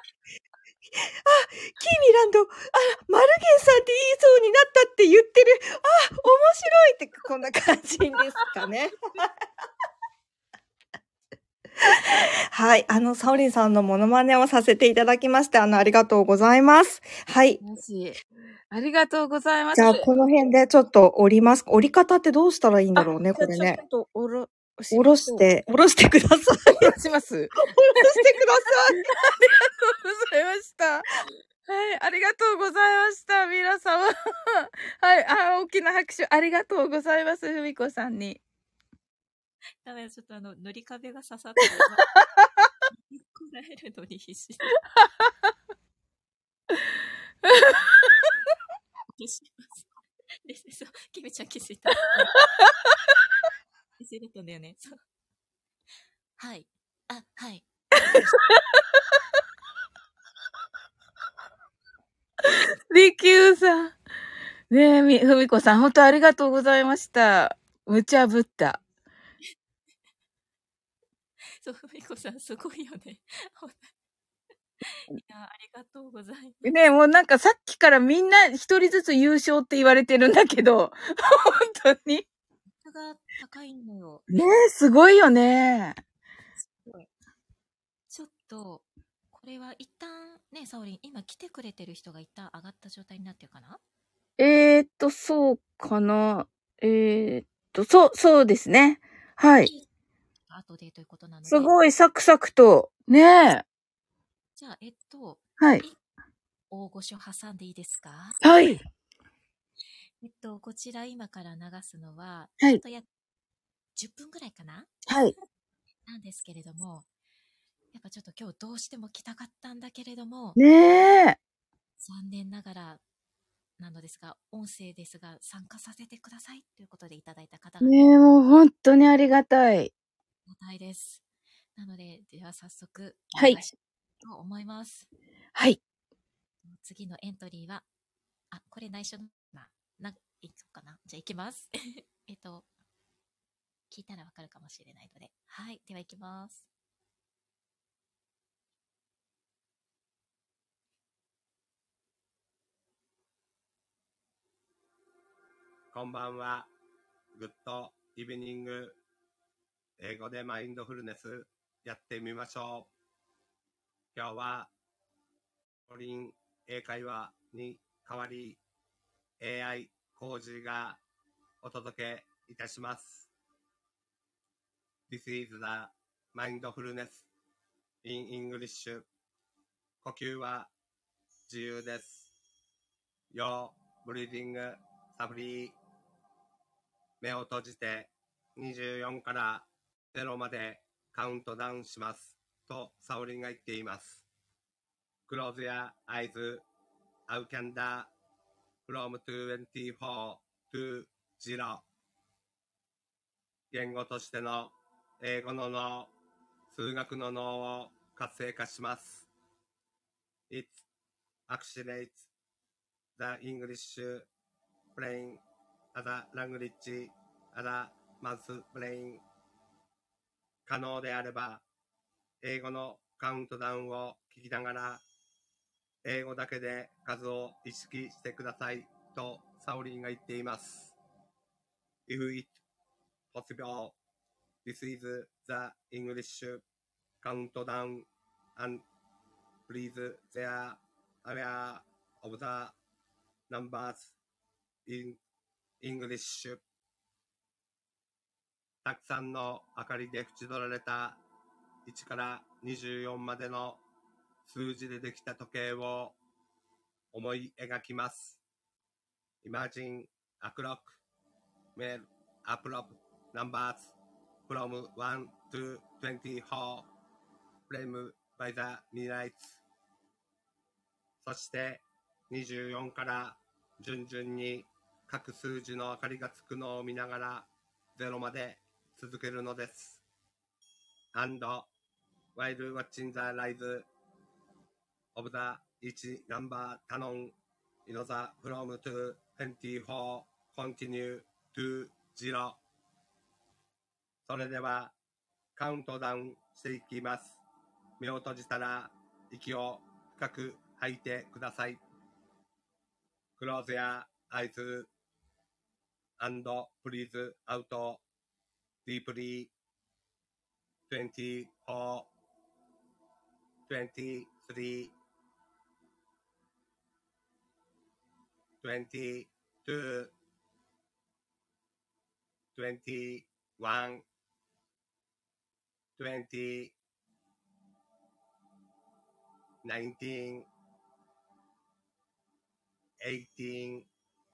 ミランド、あ、マルゲンさんって言いそうになったって言ってる。あ、面白いって、こんな感じですかね。はい。あの、サオリンさんのモノマネをさせていただきまして、あの、ありがとうございます。はい。 ありがとうございます。 じゃあ、この辺でちょっと折ります。折り方ってどうしたらいいんだろうね、これね。 ちょっと折ろ、 おろして、おろしてください。 おろします。おろしてください。 ありがとうございました。はい、ありがとうございました。皆様。はい、あ、大きな拍手ありがとうございます。ふみこさんに。 ダメ、ちょっとあの、塗り壁が刺さってる。こらえるのに必死。どうします。で、そう、キミちゃん気づいた。気づいたんだよね。そう。はい。あ、はい。 りきゅうさん。ねえ、み、ふみこさん、本当ありがとうございました。無茶ぶった。 そう、ふみこさん、すごいよね。いや、ありがとうございます。 ねえ、もうなんかさっきからみんな一人ずつ優勝って言われてるんだけど、本当に。 が高いのよ。 ねえ、すごいよね。 すごい。ちょっと、これは一旦、ね、サオリン、今来てくれてる人が一旦上がった状態になってるかな？ えーっと、そうかな。えーっと、そう、そうですね。はい。 後でということなので。 すごいサクサクと。ねえ。 じゃあ、えっと、 はい。 大御所挟んでいいですか？ はい。 えっと、こちら今から流すのは、 はい。 あと約じゅっぷんぐらいかな？ はい。 なんですけれども、やっぱちょっと今日どうしても来たかったんだけれども、 ねえ。 残念ながらなのですが、音声ですが参加させてくださいということでいただいた方が、 ねえ、もう本当にありがたい。ありがたいです。なので、では早速、 はい。 と思います。 はい。 次のエントリーは、あ、これ内緒な、な、いこうかな。じゃあ行きます。えっと、聞いたらわかるかもしれないので。はい。では行きます。 こんばんは。グッドイブニング。英語でマインドフルネスやってみましょう。今日は、オリン英会話に代わり、エーアイ コージがお届けいたします。This is the mindfulness in English. 呼吸は自由です。Your breathing safely. 目を閉じてにじゅうよんからゼロまでカウントダウンしますとサオリンが言っています。Close your eyes. I'll count from twenty-four to zero. 言語としての英語の脳、数学の脳を活性化します。It accelerates the English brain as a language as a math brain. 可能であれば、英語のカウントダウンを聞きながら、英語だけで数を意識してくださいとサオリンが言っています。If it possible, this is the English countdown and please there aware of the numbers in English. たくさんの明かりで縁取られたいちからにじゅうよんまでの数字でできた時計を思い描きます。Imagine a clock made up of numbers from one to twenty-four framed by the moonlight. そしてにじゅうよんから順々に各数字の明かりがつくのを見ながらゼロまで続けるのです。And while watching the rise of the each number turn in the from to twenty-four continue to zero. それではカウントダウンしていきます。目を閉じたら息を深く吐いてください。Close your eyes and breathe out deeply. twenty-four, twenty-three, twenty-two, twenty-one, twenty, nineteen, eighteen,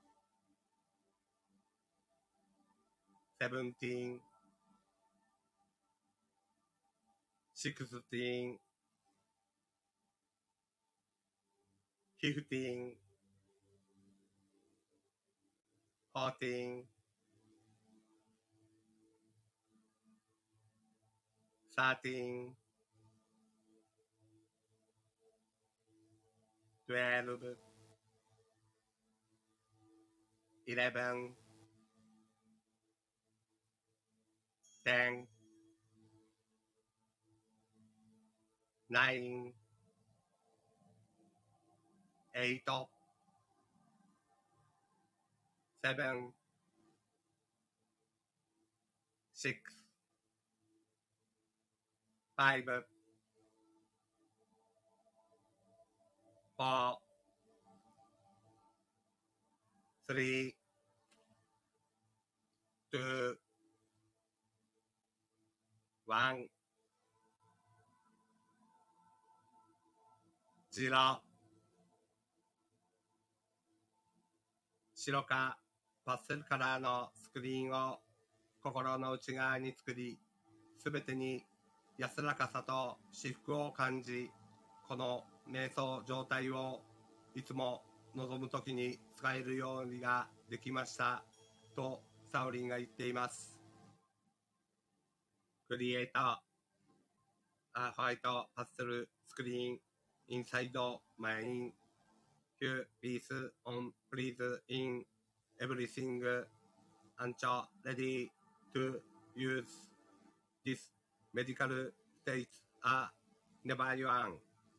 seventeen, sixteen, fifteen, fourteen, thirteen, twelve, eleven, ten, nine, eight, seven, six, five, four, three, two, one, zero. 白かパステルカラーのスクリーンを心の内側に作り、すべてに安らかさと至福を感じ、この瞑想状態をいつも望むときに使えるようにができましたとサオリンが言っています。Create a white pastel screen inside my few piece on please in everything until ready to use this medical state are never yuan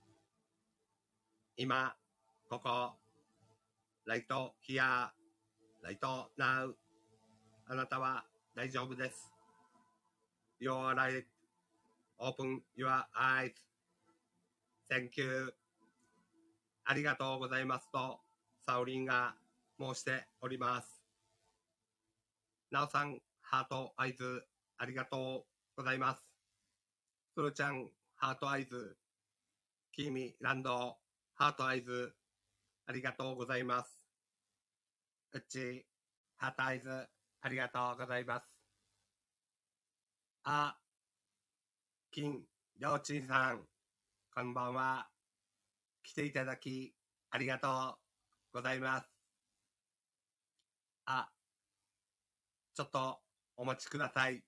今ここライトヒアライトナウあなたは大丈夫です You're right Open your eyes Thank you ありがとうございますとサオリンが申しておりますなおさんハートアイズありがとうございますスルちゃんハートアイズキミランドハートアイズありがとうございますうっちハートアイズありがとうございますあ金りょうちんさんこんばんは来ていただきありがとうございますあちょっとお待ちください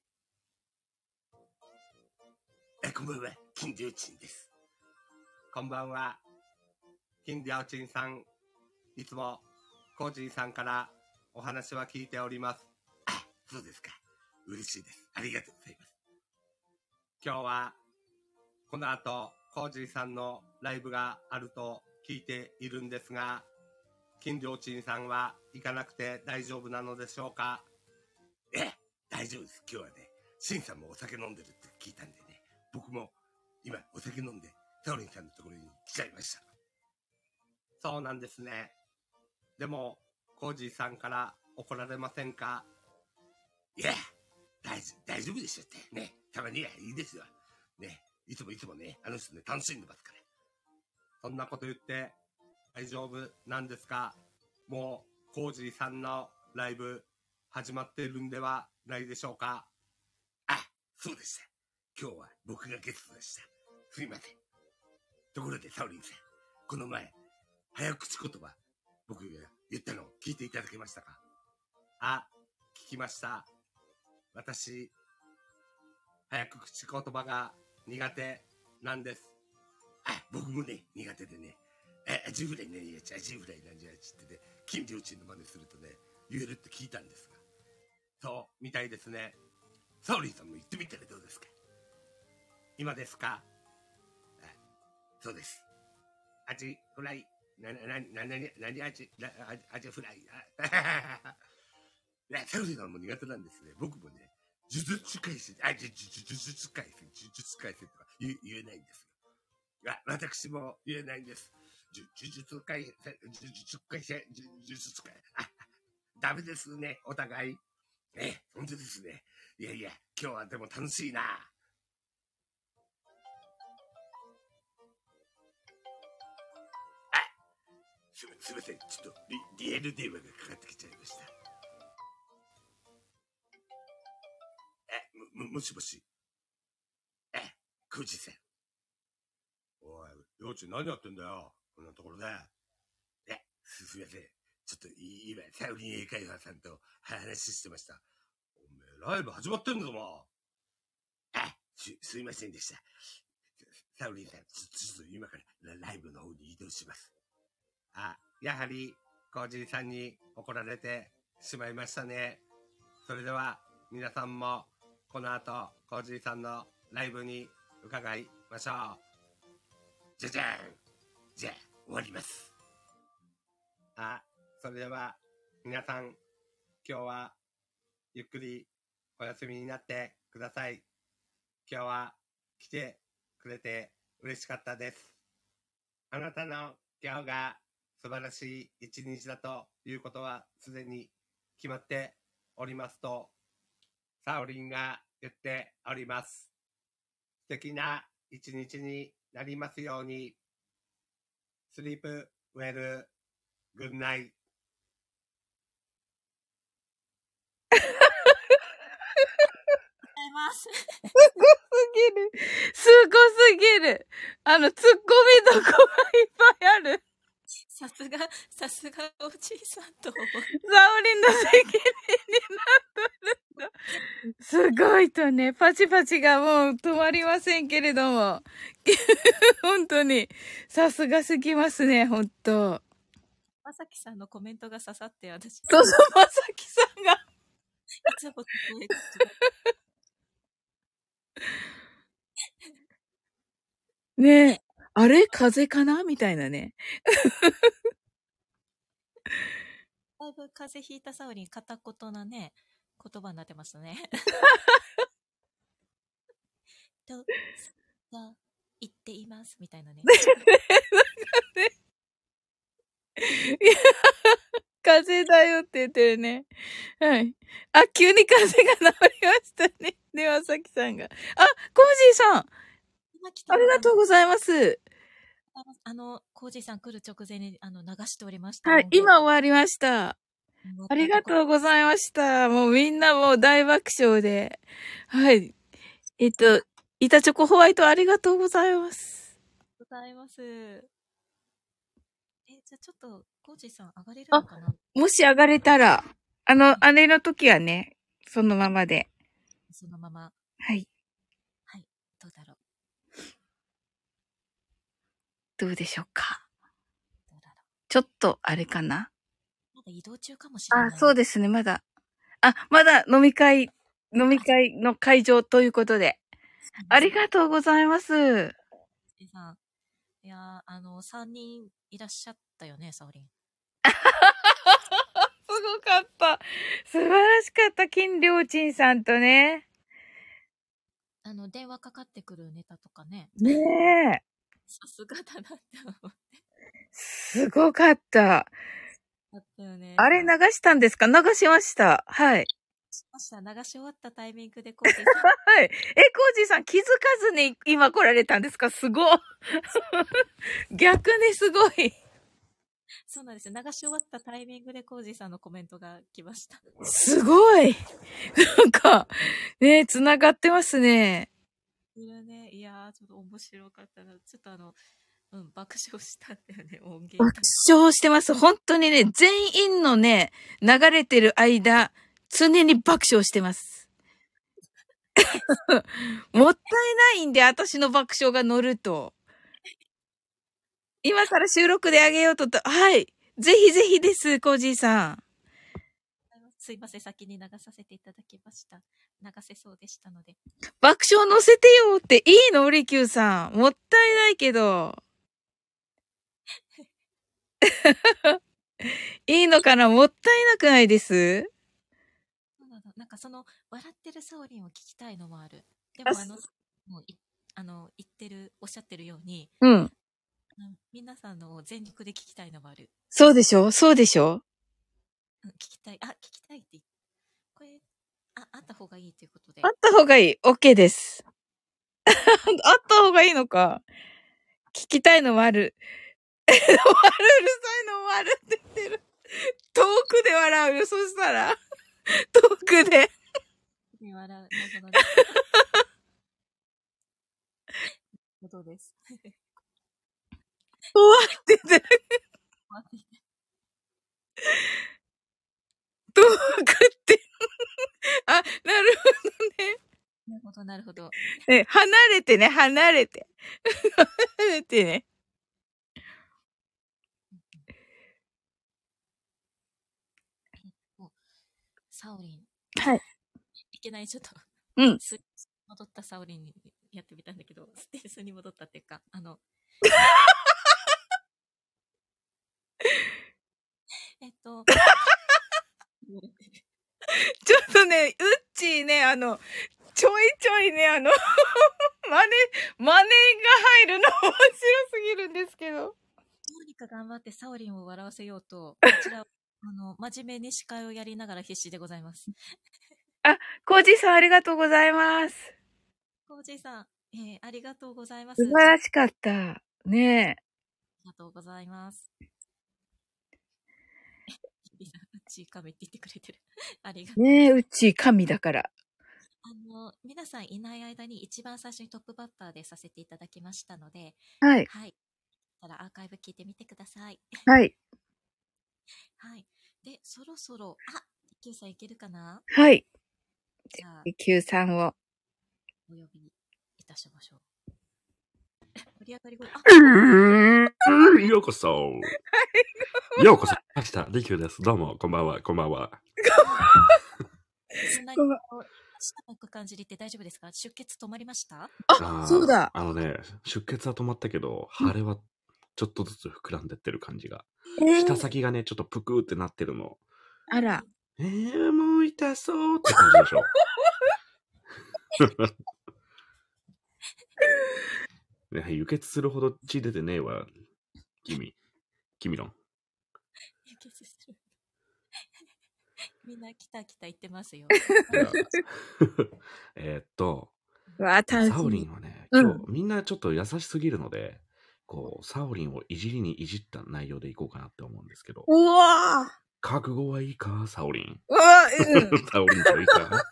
えこんばんは金りょうちんですこんばんは金りょうちんさんいつもコージーさんからお話は聞いておりますあそうですか嬉しいですありがとうございます今日はこの後コージーさんのライブがあると聞いているんですが金りょうちんさんは行かなくて大丈夫なのでしょうかえ大丈夫です今日はねシンさんもお酒飲んでるって聞いたんでね僕も今お酒飲んでサオリンさんのところに来ちゃいましたそうなんですねでもコージーさんから怒られませんかいや大丈夫大丈夫でしょってねたまにはいいですよねいつもいつもねあの人ね楽しんでますからそんなこと言って大丈夫なんですかもうコージーさんのライブ始まっているんではないでしょうかあそうでした今日は僕がゲストでしたすいませんところでサオリンさんこの前早口言葉僕が言ったのを聞いていただけましたかあ聞きました私早口言葉が苦手なんですあ僕もね苦手でねあアジフライ何やちアジフライ何やちってね金りょうちんの真似するとね言えるって聞いたんですがそうみたいですねサオリンさんも言ってみたらどうですか今ですかあそうですアジフライな、な、な、な、なに味な、アジフライいや、サオリンさんも苦手なんですね僕もね呪術改正あ、呪術改正呪術改正とか言えないんですよあ私も言えないんです呪術改正呪術改正呪術改正あダメですねお互いえ本当ですねいやいや今日はでも楽しいなあすみ、すみませんちょっとリ、リアル電話がかかってきちゃいましたえも、もしもしえコージーさんおいりょうちん何やってんだよこんなところでえす、すみませんちょっと今サオリン英会話さんと話してましたおめえライブ始まってんだぞもうあす、すいませんでしたサオリンさんちょっと今からライブの方に移動しますあやはりコージーさんに怒られてしまいましたねそれでは皆さんもこの後コージーさんのライブに伺いましょうじゃじゃんじゃあ終わりますあそれでは皆さん今日はゆっくりお休みになってください今日は来てくれて嬉しかったですあなたの今日が素晴らしい一日だということはすでに決まっておりますとサオリンが言っております素敵な一日になりますようにスリープウェルグッナイます。 すごすぎる。すごすぎる。あの、ツッコミどこがいっぱいある。 さすが、さすがおじいさんと思う。 サオリンの責任になっとるんだ。すごいとね、パチパチがもう止まりませんけれども。本当に、さすがすぎますね、本当。 まさきさんのコメントが刺さって、私。 そうそう、まさきさんが。 いつもと声が違う。 ねえ。あれ風邪かなみたいなね。 だいぶ風邪ひいたサウリン、片言なね、言葉になってましたね。と、さ、言っています、みたいなね。 いや、風邪だよって言ってるね。はい。あ、急に風邪が治りましたね。ね、まさきさんが。あ、コージーさん。ありがとうございます。 あの、コージーさん来る直前にあの流しておりました。 はい、今終わりました。ありがとうございました。もうみんなもう大爆笑で。はい。えっと、板チョコホワイトありがとうございます。 ありがとうございます。え、じゃあちょっと、コージーさん上がれるのかな？ もし上がれたら、あの、あれの時はね、そのままで。 そのまま。 はい。 はい。どうだろう。 どうでしょうか。ちょっと、あれかな。 まだ移動中かもしれない。 あ、そうですね、まだ。あ、まだ飲み会、飲み会の会場ということで。ありがとうございます。 さん、いや、あの、さんにんいらっしゃったよね、サオリン。 すごかった。素晴らしかった、金良鎮さんとね。 あの、電話かかってくるネタとかね。 ねえ。 さすがだなって思って。 すごかった。 だったよね。 あれ流したんですか？流しました。はい。 しました。流し終わったタイミングでコージーさん。 はい。え、コージーさん気づかずに今来られたんですか？すごい。逆にすごい。 そうなんですよ。流し終わったタイミングでコージーさんのコメントが来ました。 すごい。なんか、ね、繋がってますね。 いるね。いやー、ちょっと面白かったな。ちょっとあの、うん、爆笑したんだよね、音源。 爆笑してます。本当にね、全員のね、流れてる間、常に爆笑してます。もったいないんで、私の爆笑が乗ると。今から収録であげようとと、はい。ぜひぜひです、コージーさん。 すいません、先に流させていただきました。流せそうでしたので。 爆笑乗せてよっていいの？リキューさん。もったいないけど。いいのかな？もったいなくないです？ そうなの。なんかその、笑ってるサオリンを聞きたいのもある。でもあの、もういあの、言ってる、おっしゃってるように、 うん。 皆さんのを全力で聞きたいのもある。 そうでしょ？そうでしょ？ うん、聞きたい。あ、聞きたいって言って。これ、あ、あった方がいいということで。 あった方がいい。OK です。あった方がいいのか。聞きたいのもある。うるさいのもあるって言ってる。遠くで笑うよ、そしたら。遠くで。 で笑う。なるほどね。ことです。 終わってて。遠くって。あ、なるほどね。 なるほど、なるほど。 ね、離れてね、離れて。離れてね。 サオリン。 はい。 いけない、ちょっと。 うん。 戻ったサオリンにやってみたんだけど、ステースに戻ったっていうか、あの、えっと、 ちょっとね、うっちーね、あの、ちょいちょいね、あの、真似、真似が入るの面白すぎるんですけど。 どうにか頑張ってサオリンを笑わせようと、こちら、あの、真面目に司会をやりながら必死でございます。 あ、コージーさんありがとうございます。 コージーさん、えー、ありがとうございます。 素晴らしかった。ねえ。 ありがとうございます。うち神って言ってくれてる。ありがとう。 ねえ、うち神だから。 あの、皆さんいない間に一番最初にトップバッターでさせていただきましたので、 はい。 はい。たらアーカイブ聞いてみてください。 はい。 はい。で、そろそろ、あ、リキューさんいけるかな？ はい。 じゃあ、 リキューさんを。 お呼びいたしましょう。 盛り上がり声。あ、 ようこそ。ようこそ。明日、リキューです。どうも、こんばんは、こんばんは。 そんなに、下向く感じでって大丈夫ですか？出血止まりました？ あそうだ。 あのね、出血は止まったけど、腫れはちょっとずつ膨らんでってる感じが。 えー舌先がね、ちょっとぷくーってなってるの。 あら。 えー、もう痛そうって感じでしょ。ね、輸血するほど血出てねえわ、君。君の。 輸血する。みんな来た来た言ってますよ。 えーっと、 うわ、楽しみ。 サオリンはね、 うん今日、みんなちょっと優しすぎるので、こう、サオリンをいじりにいじった内容でいこうかなって思うんですけど。 うわー。 覚悟はいいか、サオリン。 うわー、うん。 サオリンといいか。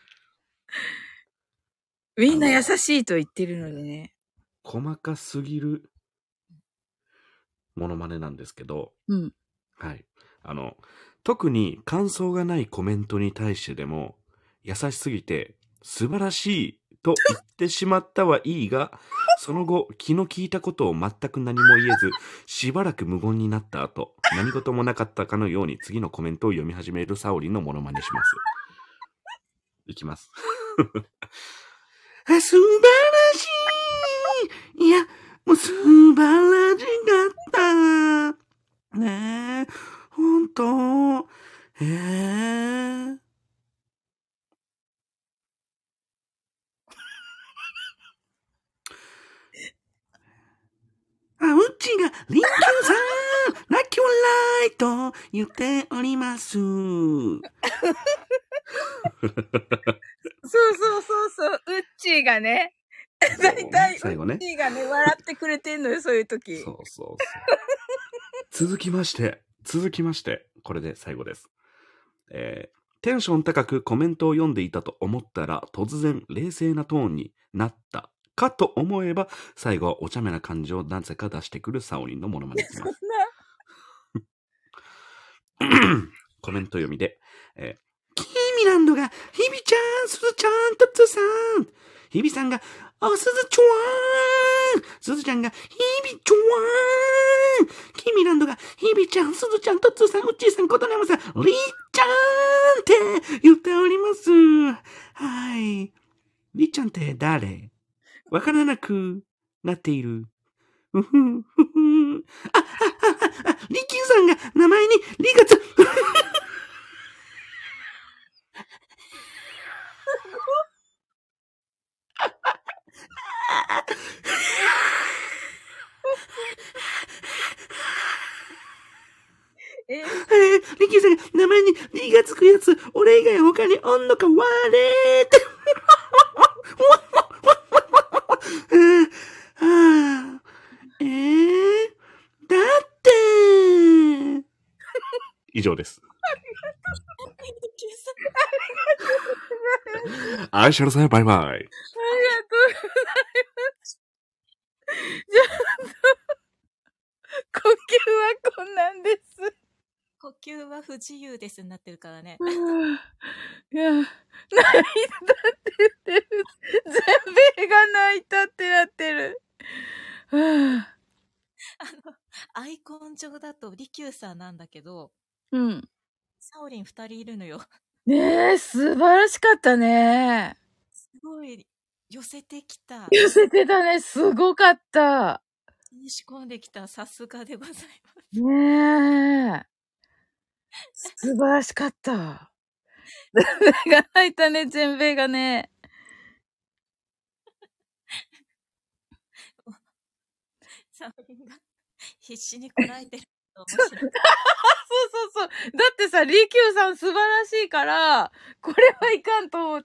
みんな優しいと言ってるのでね。 細かすぎるモノマネなんですけど、 うん。 はい。あの、特に感想がないコメントに対してでも、優しすぎて、素晴らしいと言ってしまったはいいが、その後、気の利いたことを全く何も言えず、しばらく無言になった後、何事もなかったかのように次のコメントを読み始めるサオリンのモノマネします。いきます。素晴らしい。いや、もう素晴らしかった。ねえ、ほんと。ええ。あ、うちが、リンキューさん、ラッキーライと言っております。 そうそうそうそう、ウッチーがね、だいたいウ最後ねッチーがね、笑ってくれてんのよ、そういう時。 そうそうそう。続きまして、続きまして、これで最後です。えー、テンション高くコメントを読んでいたと思ったら、突然冷静なトーンになったかと思えば、最後はお茶目な感じをなぜか出してくるサオリンのモノマネいきます。コメント読みで、えー、キーミランドが、ヒビちゃん、スズちゃん、トッツーさん。ヒビさんが、おすずちょわーん。スズちゃんが、ヒビちょわーん。キーミランドが、ヒビちゃん、スズちゃん、トッツーさん、ウッチーさん、コトネマさん、リッちゃんって言っております。はい。リッちゃんって誰？わからなくなっている。ふふふふ。あ、あ、あ、あ、リキューさんが名前にリがつ、 ええー、リキューさんが名前にリがつくやつ、俺以外他におんのかわれーって。えーはあ、えー、だってー。以上です。愛しゃるさん、バイバイ。 ありがとうございます。ちょっと、呼吸はこんなんです。 呼吸は不自由ですになってるからね。 いや、泣いたって言ってる。全米が泣いたってなってる。 あの、アイコン上だとリキューさんなんだけど、 うん。 サオリン二人いるのよ。 ねえ、素晴らしかったね。 すごい、寄せてきた。 寄せてたね。すごかった。 仕込んできた。さすがでございます。 ねえ。素晴らしかった。全米が泣いたね、全米がね。 サオリンが必死にこらえてると面白い。 そうそうそう。だってさ、リキューさん素晴らしいから、これはいかんと思って。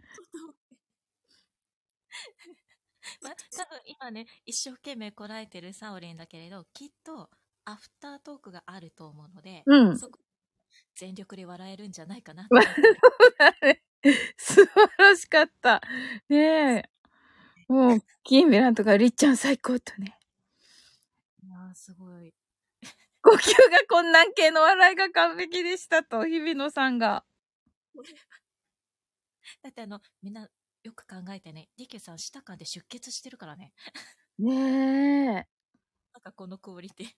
まあ、多分今ね、一生懸命こらえてるサオリンだけれど、きっとアフタートークがあると思うので、 うん。 そこ全力で笑えるんじゃないかな。 そうだね。素晴らしかった。ねえ。もう、キーミランとかリッちゃん最高とね。 いやー、すごい。 呼吸が困難系の笑いが完璧でしたと、日比野さんが。 だってあの、みんな、 よく考えてね、リキューさん、舌間で出血してるからね。 ねえ。 なんかこのクオリティ。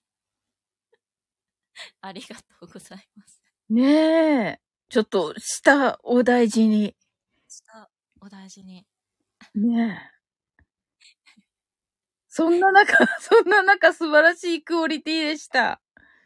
ありがとうございます。 ねえ。ちょっと、舌お大事に。 舌、お大事に。 ねえ。そんな中、そんな中、素晴らしいクオリティでした。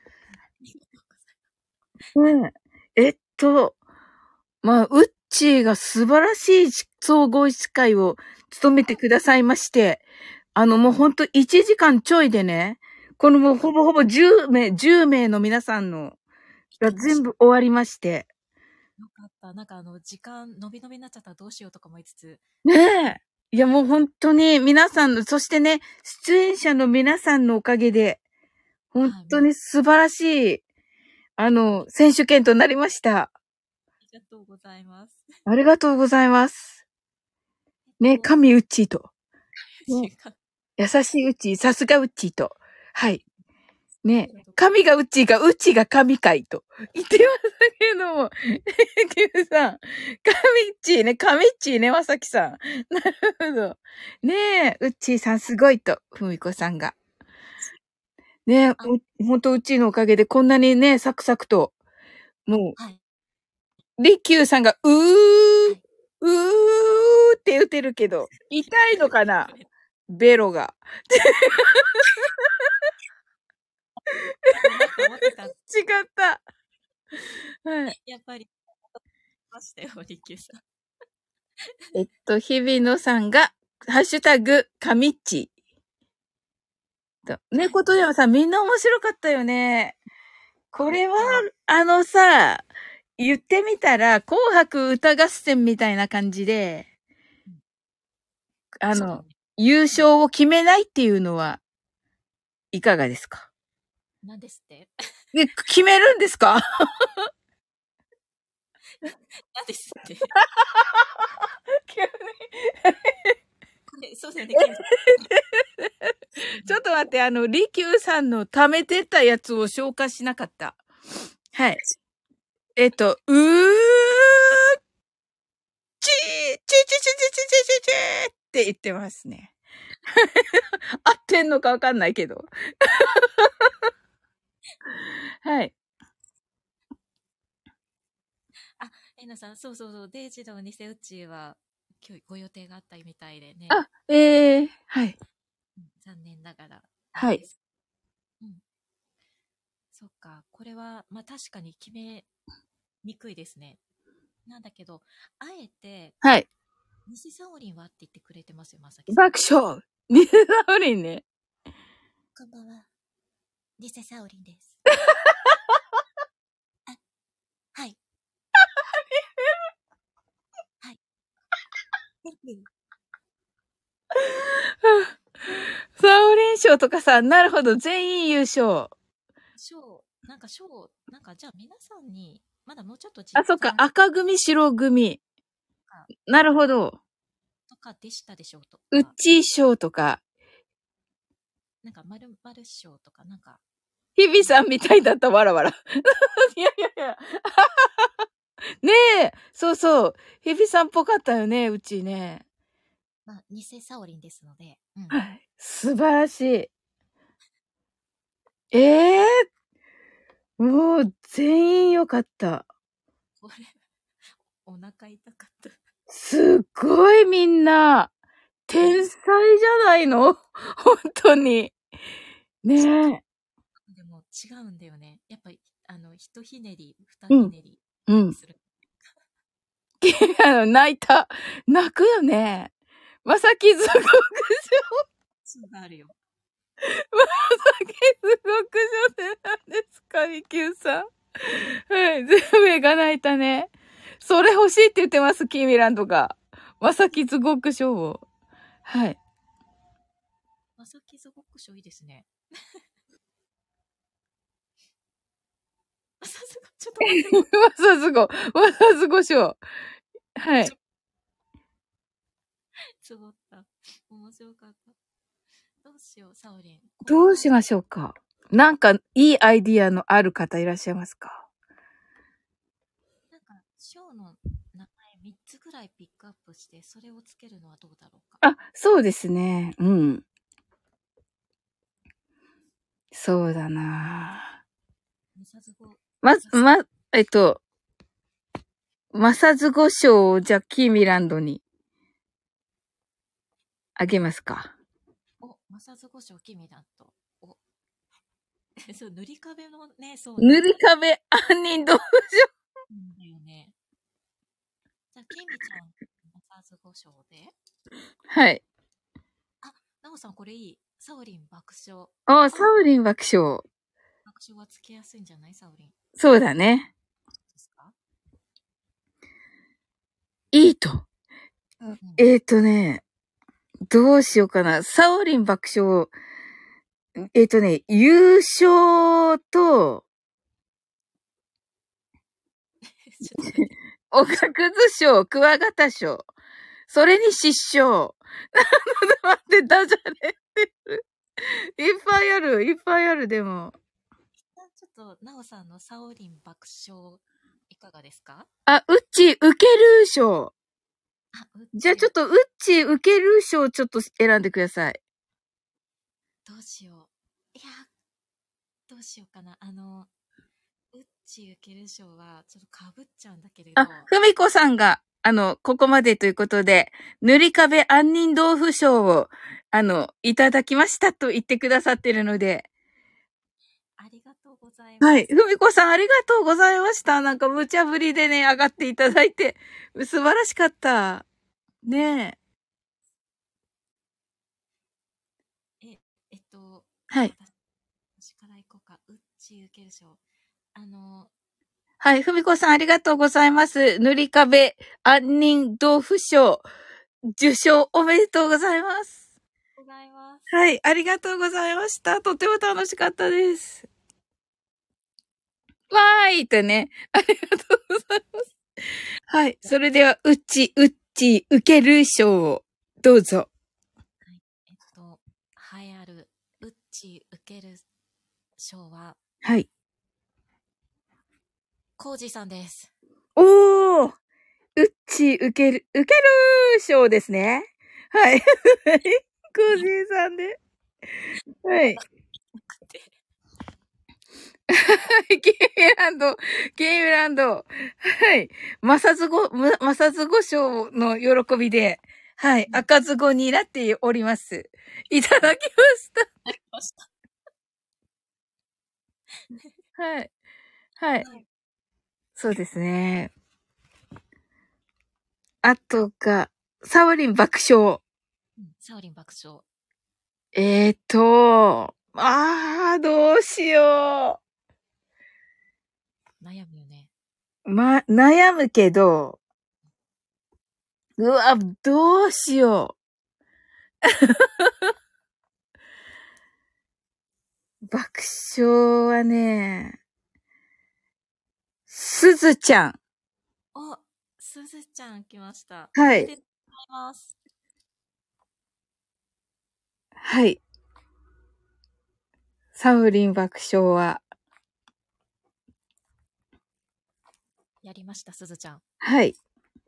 ねえ。えっと、まあ、ウッチーが素晴らしい総合司会を務めてくださいまして、あのもうほんといちじかんちょいでね、このもうほぼほぼじゅうめい、じゅうめいの皆さんのが全部終わりまして。 よかった。なんかあの、時間、伸び伸びになっちゃったらどうしようとか思いつつ。 ねえ。いやもう本当に皆さんの、そしてね、出演者の皆さんのおかげで、本当に素晴らしい、あの、選手権となりました。 ありがとうございます。 ありがとうございます。ね、神ウッチーと。ね、優しいウッチー、さすがウッチーと。はい。ね、神がウッチーが、ウッチーが神回と言ってましたけども、キューさん、神ッチーね、神ッチーね、まさきさん。なるほど。ねえ、ウッチーさんすごいと、ふみこさんが。ねえ、ほんとウッチーのおかげでこんなにね、サクサクと、もう、はい、リキューさんが、うー、はい、うーって言ってるけど、痛いのかなベロが。違った。はい。 やっぱり、ましたよ、リキューさん。 えっと、日比野さんが、ハッシュタグ、かみっち。ね、ことやまさん、みんな面白かったよね。これは、あのさ、言ってみたら、紅白歌合戦みたいな感じで、あの、優勝を決めないっていうのは、いかがですか？ 何ですってで、決めるんですか？ 何ですって急にそうですよね。 ちょっと待って、あの、リキューさんの貯めてたやつを消化しなかった。はい。えっと、うーちー、ちーちーちーちーちーちーって言ってますね。合ってんのかわかんないけど。はい。 あ、えなさん、そうそうそう、デイジの偽うちは、今日ご予定があったみたいでね。 あ、ええー、はい。 残念ながら。 はい。 うん。そっか、これは、まあ、確かに決めにくいですね。なんだけど、あえて、 はい。 偽サオリンはって言ってくれてますよ、まさきさん。 爆笑偽サオリンね。 こんばんは。偽サオリンです。あ、はい。はい。 サオリン賞とかさ、なるほど、全員優勝。 賞、なんか賞、なんかじゃあ皆さんに、まだもうちょっとあ、そっか、赤組、白組。なるほど。 とかでしたでしょうと。 うっちー賞とか。 なんか、まるまる賞とか、なんか。 日比さんみたいだった、わらわら。いやいやいや。ねえ、そうそう。日比さんっぽかったよね、うちね。 まあ、偽サオリンですので。 うん、はい。素晴らしい。ええー、もう、全員良かった。 これ、お腹痛かった。 すっごいみんな、天才じゃないの？本当に。ねえ。 でも違うんだよね。やっぱり、あの、一ひねり、二ひねり。 うん。うん。泣いた。泣くよね。まさきずごくしょ。 そうがあるよ。 まさきずごくしょって何ですか、みきゅうさん。はい、全部が泣いたね。それ欲しいって言ってます、キーミランドが。まさきずごくしょを。はい。 まさきずごくしょいいですね。まさずご、ちょっと待って。 まさずご、まさずごしょ。はい。 つぼった。面白かった。どうしよう、サオリン。 どうしましょうか。なんか、いいアイディアのある方いらっしゃいますか？ なんか、ショーの名前みっつつぐらいピックアップして、それをつけるのはどうだろうか。 あ、そうですね。うん。そうだなマサズ語、 ま、ま、えっと、マサズ語賞をじゃあキーミランドにあげますか。 お、マサズ語賞キミランド。お、そう、塗り壁のね、そうね。 塗り壁杏仁豆腐うんだよね。じゃあ、キミちゃん、マサズ語賞で。 はい。 あ、ナオさんこれいい。サオリン爆笑。 あ、サウリン爆笑。 爆笑はつけやすいんじゃないサオリン。 そうだね。 ですか？ いいと。 うん。 えっ、ー、とね、どうしようかな。サオリン爆笑。えっ、ー、とね、優勝と、おがくず賞、クワガタ賞。それに失笑。待って、ダジャレってる。いっぱいある、いっぱいある、でも。 ちょっと、ナオさんのサオリン爆笑、いかがですか？ あ、うっち、受ける賞。 あ、うっち。 じゃあちょっと、うっち、受ける賞ちょっと選んでください。 どうしよう。いや、どうしようかな。あの、うっち受ける賞は、ちょっと被っちゃうんだけれど。 あ、ふみこさんが、あの、ここまでということで、塗り壁杏仁豆腐賞を、あの、いただきましたと言ってくださってるので。 ありがとうございます。 はい。ふみこさんありがとうございました。なんか無茶ぶりでね、上がっていただいて、素晴らしかった。ねえ。え、えっと、 はい。 私から行こうか。うっち受ける賞。あの、 はい。ふみこさんありがとうございます。塗り壁杏仁豆腐賞、受賞おめでとうございます。 ございます。 はい。ありがとうございました。とても楽しかったです。わーいってね。ありがとうございます。はい。それでは、うっち、うっち、受ける賞を、どうぞ。 はい。えっと、栄えある、うっち受ける賞は、 はい。 コウジさんです。 おー、うっち、受ける、受ける賞ですね。はい。コウジさんで。はい。はい、ケイミランド、ケイミランド。はい。マサズ語、マサズ語賞の喜びで、はい、赤ズ語になっております。いただきました。 ありました。 はい。はい。そうですね。あとが、サオリン爆笑。 うん、サオリン爆笑。 えーと、あー、どうしよう。悩むよね。 ま、悩むけど、うわ、どうしよう。爆笑はね、すずちゃん。 お、すずちゃん来ました。 はい。 おめでとうございます。 はい。サウリン爆笑は。 やりました、すずちゃん。 はい。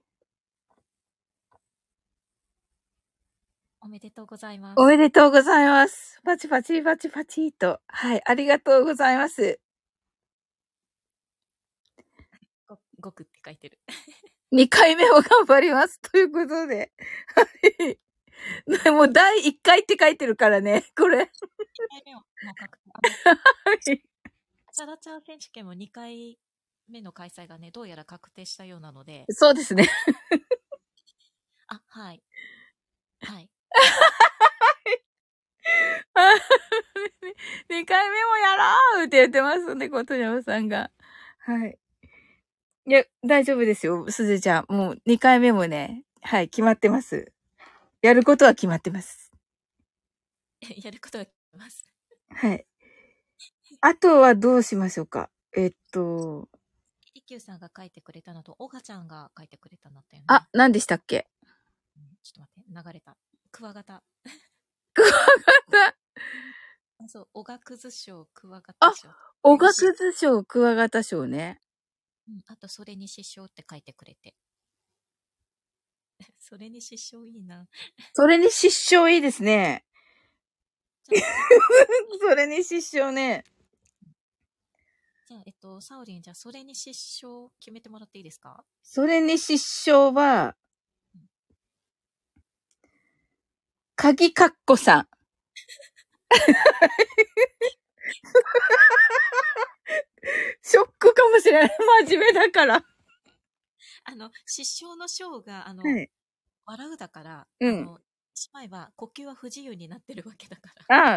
おめでとうございます。 おめでとうございます。パチパチパチパチと。はい。ありがとうございます。 ご、ごくって書いてる。 にかいめを頑張ります。ということで。はい。もうだいいっかいって書いてるからね、これ。にかいめをもう確定。 はい。チャラチャラ選手権もにかいめの開催がね、どうやら確定したようなので。 そうですね。 あ、はい。はい。 にかいめもやろうって言ってますね、ことにゃまさんが。はい。いや、大丈夫ですよ、すずちゃん。もうにかいめもね、はい、決まってます。やることは決まってます。 やることは決まってます。 はい。あとはどうしましょうか。えっと。 りきゅうさんが書いてくれたのと、おがちゃんが書いてくれたのだったよね。 あ、何でしたっけ？ うん、ちょっと待って、流れた。クワガタ。 クワガタ。 そう、おがくず賞、クワガタ賞。 あ、おがくず賞、クワガタ賞ね。 うん、あと、それに失笑って書いてくれて。 それに失笑いいな。 それに失笑いいですね。それに失笑ね。 じゃあ、えっと、サオリン、じゃあ、それに失笑決めてもらっていいですか？ それに失笑は、鍵かっこさん。ショックかもしれない。真面目だから。 あの、失笑の笑が、あの、 はい。 笑うだから、 うんあの、しまいは呼吸は不自由になってるわけだから。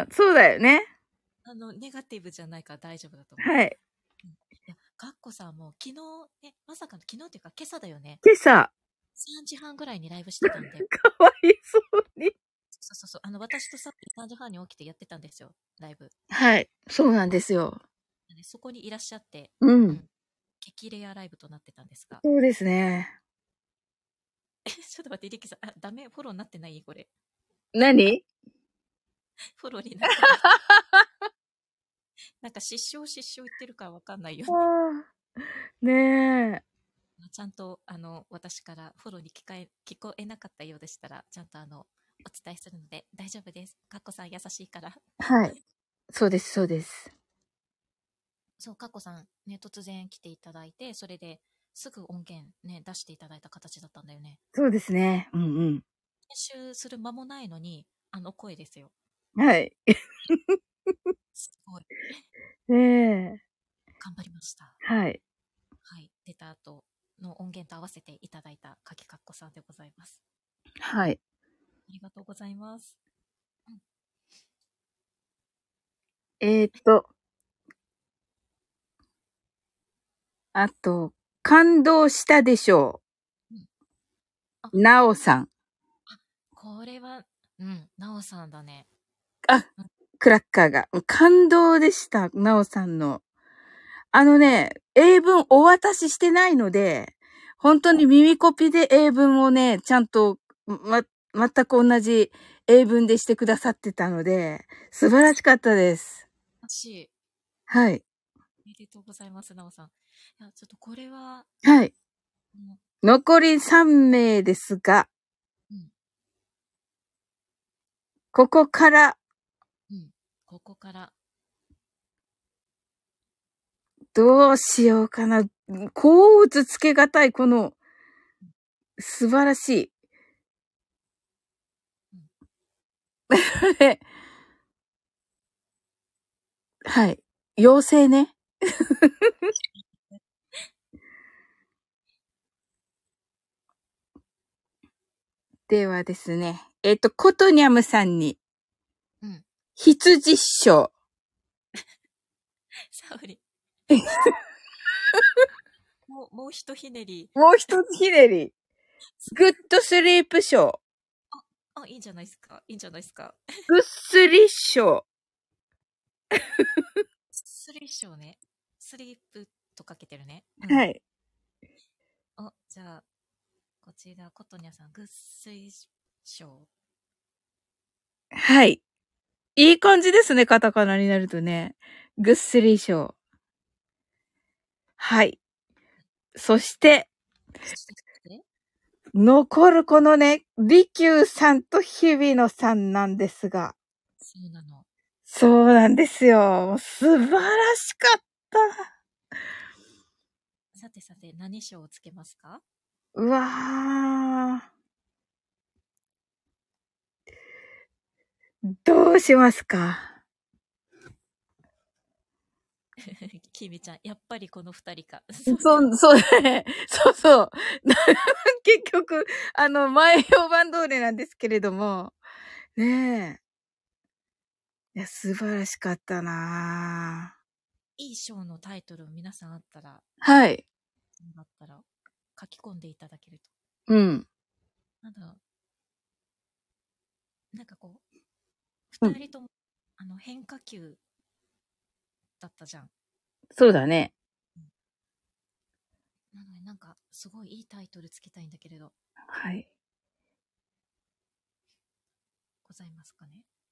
ああ、そうだよね。 あの、ネガティブじゃないから大丈夫だと思う。 はい。 うん、いや、かっこさんも昨日ね、まさかの昨日っていうか今朝だよね。 今朝。 さんじはんぐらいにライブしてたんで。 かわいそうに。 そうそうそう。あの、私とさっきさんじはんに起きてやってたんですよ、ライブ。 はい。そうなんですよ。 そこにいらっしゃって、 うん。 うん、激レアライブとなってたんですが。 そうですね。 え、ちょっと待って、リキさん。あ、ダメ、フォローになってないこれ。 何？ フォローになってない。なんか失笑失笑言ってるかわかんないよね。ねえ。ちゃんと、あの、私からフォローに聞かえ、聞こえなかったようでしたら、ちゃんとあの、お伝えするので大丈夫です。かっこさん優しいから。 はい。そうです、そうです。 そう、かっこさんね、突然来ていただいて、それですぐ音源ね、出していただいた形だったんだよね。 そうですね。うんうん。 編集する間もないのに、あの声ですよ。 はい。 すごい。 ねえ。 頑張りました。 はい。 はい。出た後の音源と合わせていただいたかきかっこさんでございます。 はい。 ありがとうございます。うん、 えー、っと。あと、感動したでしょう。うん、なおさん。 あ、これは、うん、なおさんだね。 あ、うん、クラッカーが。感動でした、なおさんの。あのね、英文お渡ししてないので、本当に耳コピで英文をね、ちゃんと、ま、全く同じ英文でしてくださってたので、素晴らしかったです。 らしい。 はい。 おめでとうございます、なおさん。いや、ちょっとこれは。 はい。 うん、 残りさん名ですが、うん、ここから、 うん、ここから、 どうしようかな。こうつつけがたい、この、素晴らしい。うん、はい。妖精ね。ではですね、えっと、コトニャムさんに、うん、羊賞。 サオリ。もう、もう一ひねり。 もう一ひねり。グッドスリープ賞。 あ、あ、いいんじゃないですか。いいんじゃないですか。 ぐっすり賞。 スリー賞ね。スリープとかけてるね。 うん、はい。 あ、じゃあ、こちら、コトニャさん、ぐっすり賞。 はい。いい感じですね、カタカナになるとね。ぐっすり賞。はい。そして、残るこのね、利休さんと日比野さんなんですが。 そうなの。 そうなんですよ。素晴らしかった。 さてさて、何賞をつけますか？ うわー。どうしますか？ キミちゃん、やっぱりこの二人か。 そう、そうね。そうそう。結局、あの、前評判通りなんですけれども。ねえ。いや、素晴らしかったなぁ。 いい賞のタイトルを皆さんあったら。 はい。 だったら、書き込んでいただけると。 うん。 なんだろう。なんかこう、二人とも、うん、あの、変化球だったじゃん。 そうだね。 なので、なんか、すごいいいタイトルつけたいんだけれど。 はい。 ございますかね。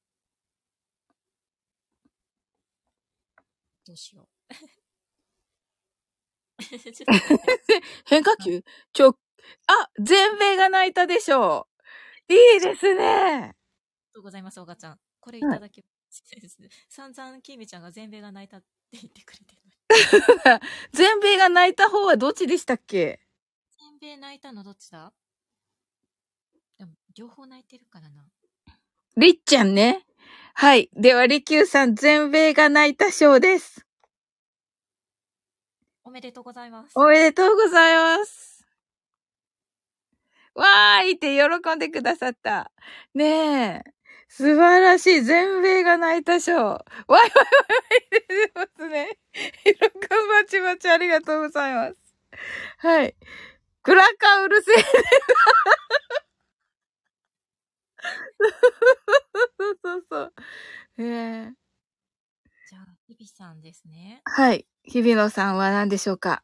どうしよう。 変化球ちょ、 あ、全米が泣いたでしょう。いいですね。 ありがとうございます、おがちゃん。これいはい。 ただきます。散々、きみちゃんが全米が泣いたって言ってくれてるのに。 全米が泣いた方はどっちでしたっけ？ 全米泣いたのどっちだ？でも、両方泣いてるからな。 りっちゃんね。はい。では、りきゅうさん、全米が泣いた賞です。 おめでとうございます。 おめでとうございます。わーいって喜んでくださった。ねえ。素晴らしい。全米が泣いた賞。わいわいわいわい出てますね。ひろくんバチバチありがとうございます。はい。クラッカーうるせえ。そうそうそう。ええ。 じゃあ、日比さんですね。 はい。日比野さんは何でしょうか？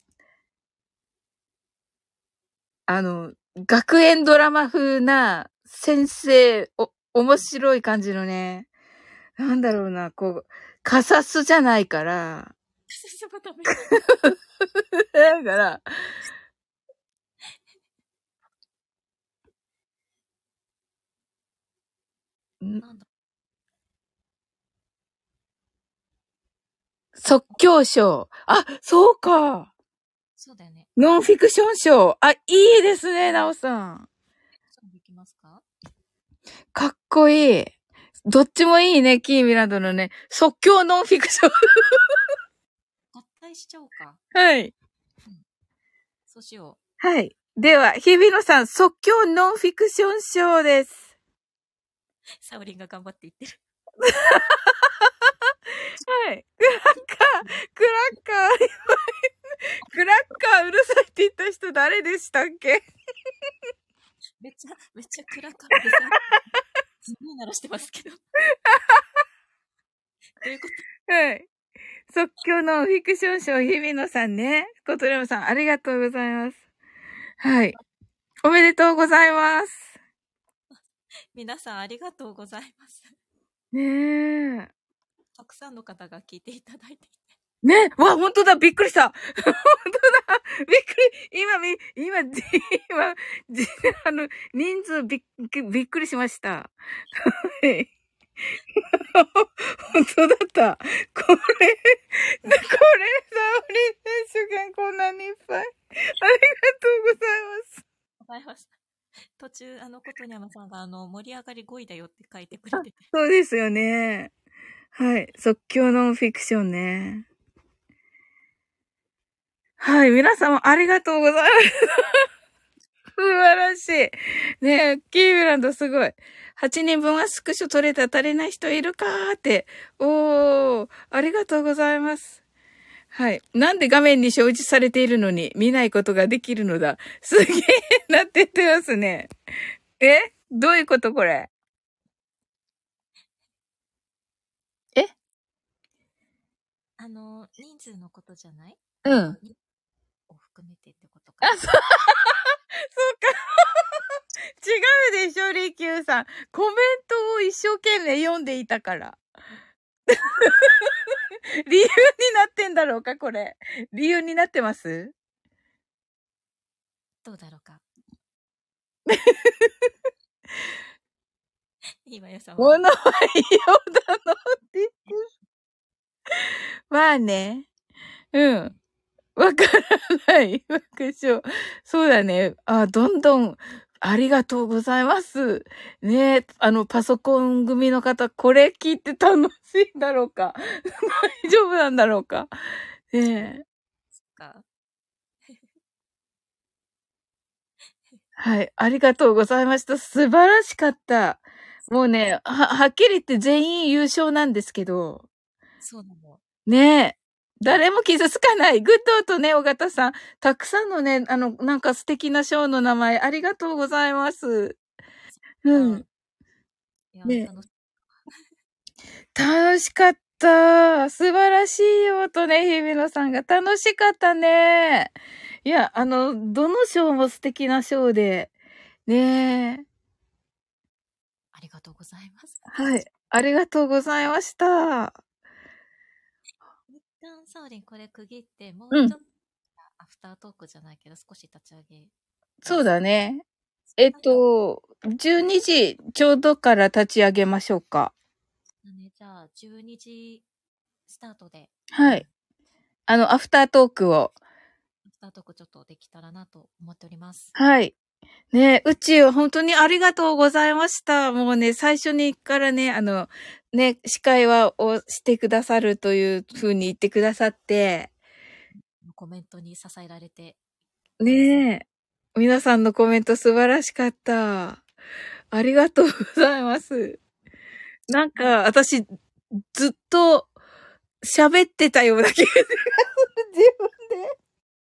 あの、学園ドラマ風な先生、お、面白い感じのね、なんだろうな、こう、カサスじゃないから、だから、んなんだ即興賞。あ、そうか。 そうだよね。 ノンフィクション賞。あ、いいですね、なおさん。 そうできますか？ かっこいい。どっちもいいね、キーミランドのね。即興ノンフィクション。 合体しちゃおうか。 はい。 そうしよはい。では、日比野さん、即興ノンフィクション賞です。 う。サオリンが頑張って言ってる。 はい。クラッカー、クラッカー、クラッカーうるさいって言った人誰でしたっけ？ めっちゃ、めっちゃクラッカーでさ、すごい鳴らしてますけど。どういうこと？ はい。即興のフィクション賞、日比野さんね。コトレムさん、ありがとうございます。はい。おめでとうございます。 皆さんありがとうございます。 ねえ。 たくさんの方が聞いていただいていて。 ね、わ、本当だ、びっくりした。本当だ、びっくり、今、み、今、じ今、じあの、人数びっ、びっくりしました。はい。本当だった。これ、これ、サオリ選手権こんなにいっぱい。ありがとうございます。 ございました。途中、あの、ことにゃまさんが、あの、盛り上がりごいだよって書いてくれてて。 そうですよね。はい。即興ノンフィクションね。はい。皆様ありがとうございます。素晴らしい。ねえ、キーブランドすごい。はちにんぶんはスクショ取れた足りない人いるかーって。おー、ありがとうございます。はい。なんで画面に表示されているのに見ないことができるのだ。すげえなって言ってますね。え？どういうことこれ？え？ あの、人数のことじゃない？ うん。 を含めてってことか。 あ、そう、そうか。違うでしょ、リキューさん。コメントを一生懸命読んでいたから。理由になってんだろうか、これ。理由になってます？ どうだろうか。いいわよさんは。 物は言いようだのって言ってる。まあね。うん。わからない。わかしょ。そうだね。あ、どんどん、ありがとうございます。ね、あの、パソコン組の方、これ聞いて楽しいんだろうか。大丈夫なんだろうか。ねえ。 そっか。 はい。ありがとうございました。素晴らしかった。もうね、は、はっきり言って全員優勝なんですけど。 そうなの。 ねえ。誰も傷つかない。グッドとね、尾形さん。たくさんのね、あの、なんか素敵な賞の名前、ありがとうございます。うん。ね、楽しかった。素晴らしいよとね、日比野さんが。楽しかったね。いや、あの、どの賞も素敵な賞で。ねえ。 ありがとうございます。 はい。ありがとうございました。 一旦サオリンこれ区切って、もううんちょっと、アフタートークじゃないけど少し立ち上げ。 そうだね。えっと、じゅうにじちょうどから立ち上げましょうか。 ね、じゃあ、じゅうにじスタートで。 はい。あの、アフタートークを。 アフタートークちょっとできたらなと思っております。 はい。ね、うちは本当にありがとうございました。もうね、最初にからね、あの、ね、司会はをしてくださるという風に言ってくださって、 コメントに支えられて。 ねえ。皆さんのコメント素晴らしかった。ありがとうございます。なんか、私、ずっと喋ってたような気がする。自分で。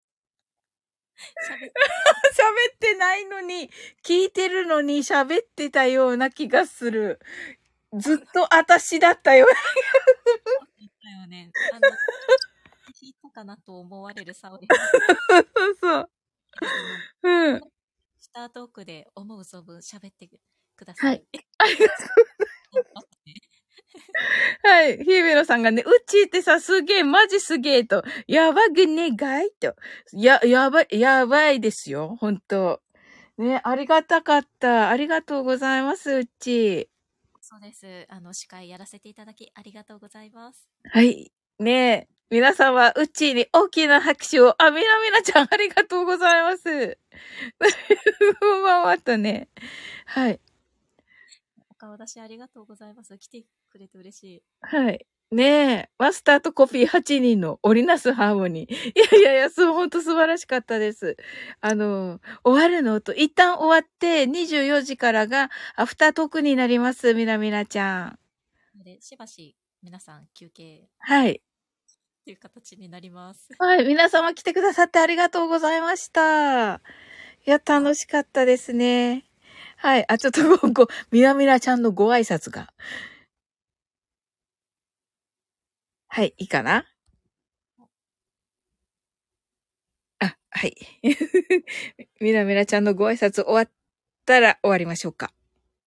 喋ってないのに、聞いてるのに喋ってたような気がする。ずっと私だったような気がする。 だよね。あの、聞いたかなと思われるサオリン。 そうそう。うん。 スタートークで思う存分喋ってください。 はい。ありがとうございます。はい。ヒーベロさんがね、うちってさ、すげえ、マジすげえと。やばくねがいと。や、やばい、やばいですよ。ほんと。ね、ありがたかった。ありがとうございます、うち。 そうです。あの、司会やらせていただき、ありがとうございます。 はい。ねえ。皆様、うちに大きな拍手を。あ、みなみなちゃん、ありがとうございます。こんばんはとね。はい。 岡私ありがとうございます。来てくれて嬉しい。 はい。ねえ。マスターとコピーはちにんの織りなすハーモニー。いやいやいや、そう、ほんと素晴らしかったです。あの、終わるのと、一旦終わってにじゅうよじからがアフタートークになります。みなみなちゃん。 で、しばし皆さん休憩。 はい。 っていう形になります。 はい。皆様来てくださってありがとうございました。いや、楽しかったですね。はい。あ、ちょっとご、ご、みなみなちゃんのご挨拶が。はい、いいかな？あ、はい。みなみなちゃんのご挨拶終わったら終わりましょうか。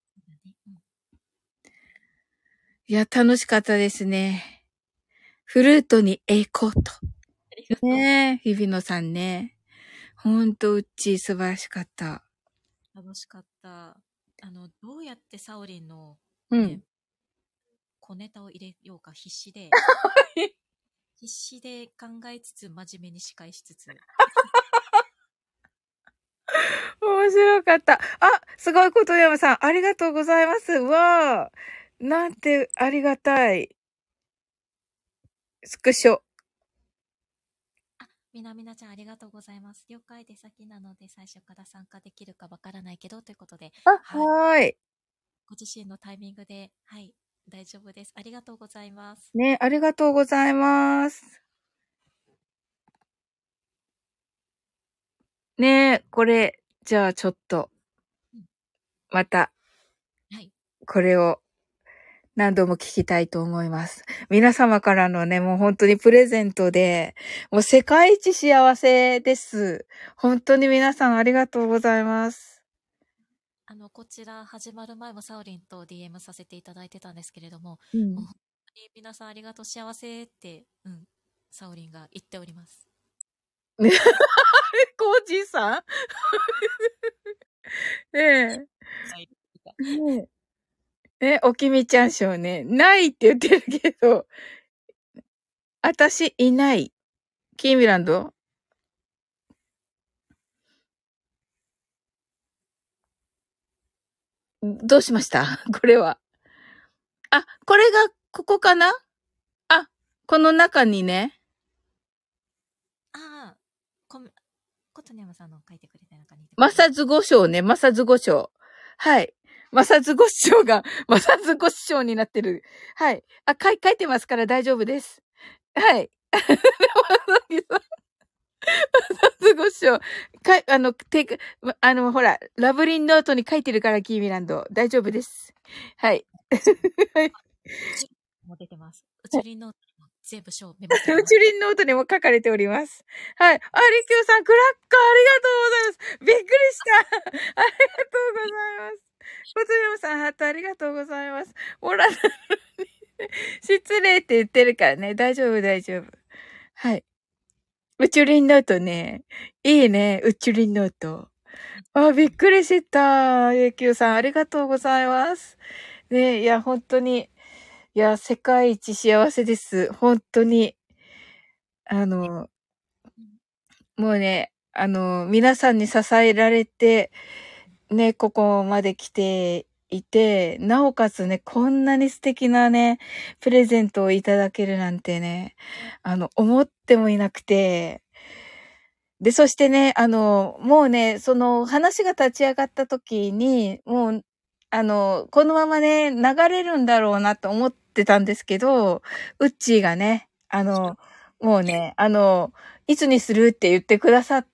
いや、楽しかったですね。フルートに栄光と。ねえ、日比野さんね。ほんと、うっちー素晴らしかった。 楽しかった。あの、どうやってサオリンの、 ね、うん。 小ネタを入れようか必死で、必死で考えつつ、真面目に司会しつつ。 面白かった。あ、すごいことやまさん、ありがとうございます。わあ、なんてありがたい。スクショ。 あ、みなみなちゃんありがとうございます。了解で先なので最初から参加できるかわからないけどということで。 あ、はい。 ご自身のタイミングで、はい、大丈夫です。ありがとうございます。 ね、ありがとうございます。ねえ、これ、じゃあちょっと、また、はい、これを何度も聞きたいと思います。皆様からのね、もう本当にプレゼントで、もう世界一幸せです。本当に皆さんありがとうございます。 あの、こちら始まる前もサオリンと ディーエム させていただいてたんですけれども、うん、もう本当に皆さんありがとう幸せって、うん、サオリンが言っております。 ね、コージーさんねえ。ねえ。え、おきみちゃん賞ね。ないって言ってるけど、あたしいない。キーミランドどうしましたこれは。あ、これがここかなあ、この中にね。 ああ、こ、ことにゃまさんの書いてくれた中に。 マサズゴ賞ね、マサズゴ賞。はい。マサズゴ賞が、マサズゴ賞になってる。はい。あ、書い、書いてますから大丈夫です。はい。マサズゴ賞。かい、あの、てか、あの、ほら、ラブリンノートに書いてるから、キーミランド。大丈夫です。はい。はい。 も出てます。うちりんノートにも全部賞メモしてます。うちりんノートにも書かれております。はい。あ、りきゅうさん、クラッカーありがとうございます。びっくりした。ありがとうございます。ことよさん、ハートありがとうございます。おらなのに。失礼って言ってるからね。大丈夫、大丈夫。はい。うちりんノートね。いいね。うちりんノート。 あ、びっくりした。ゆうきゅうさん、ありがとうございます。ね、いや、本当に、いや、世界一幸せです。本当に。あの、もうね、あの、皆さんに支えられて、ね、ここまで来ていて、なおかつね、こんなに素敵なね、プレゼントをいただけるなんてね、あの、思ってもいなくて、で、そしてね、あの、もうね、その話が立ち上がった時に、もう、あの、このままね、流れるんだろうなと思ってたんですけど、ウッチーがね、あの、もうね、あの、いつにするって言ってくださって、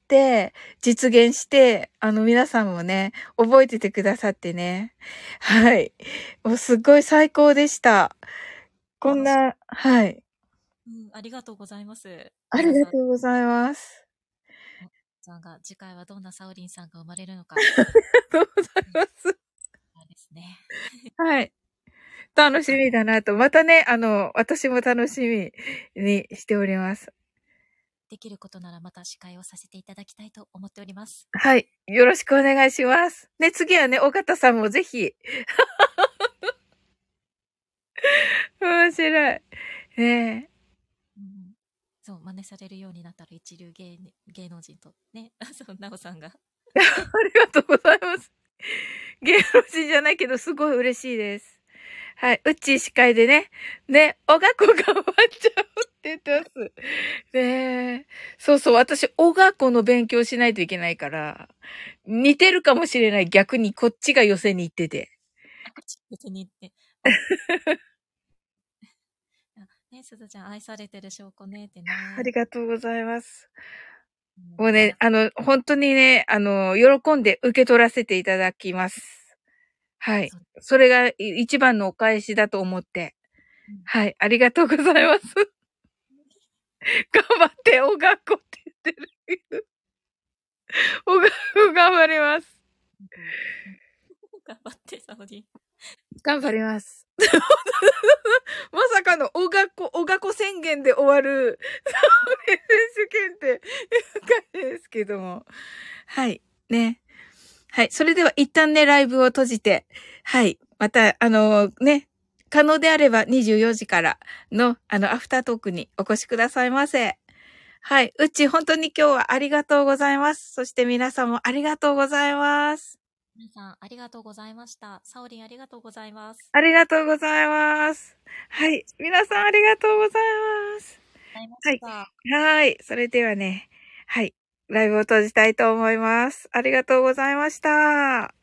実現して、あの、皆さんもね、覚えててくださってね。はい。もうすっごい最高でした。こんな、はい。 うん、ありがとうございます。 ありがとうございます。 さんが次回はどんなサオリンさんが生まれるのか。 ありがとうございます。 そうですね。 はい。楽しみだなと。またね、あの、私も楽しみにしております。 できることならまた司会をさせていただきたいと思っております。 はい。よろしくお願いします。ね、次はね、尾形さんもぜひ。面白い。ねえ。 そう、真似されるようになったら一流芸芸能人とね、そう、なおさんが。 ありがとうございます。芸能人じゃないけど、すごい嬉しいです。はい。うっちー司会でね、ね、おがこ頑張っちゃうって言ってます。ねえ。そうそう、私、おがこの勉強しないといけないから、似てるかもしれない。逆にこっちが寄せに行ってて。 寄せに行って。ね、すずちゃん愛されてる証拠ねってね。 ありがとうございます。もうね、あの、本当にね、あの、喜んで受け取らせていただきます。はい。それが一番のお返しだと思って。はい。ありがとうございます。頑張って、おがっこって言ってる。おがっこ頑張ります。 頑張って、サオリン。 頑張ります。まさかのおがこ、おがこ宣言で終わる、サオリン選手権っていう感じですけども。はい。ね。はい。それでは一旦ね、ライブを閉じて、はい。また、あのー、ね、可能であればにじゅうよじからの、あの、アフタートークにお越しくださいませ。はい。うち、本当に今日はありがとうございます。そして皆さんもありがとうございます。 皆さん、ありがとうございました。サオリン、ありがとうございます。 ありがとうございます。はい。皆さん、ありがとうございます。 はい。 はい。それではね、はい。ライブを閉じたいと思います。ありがとうございました。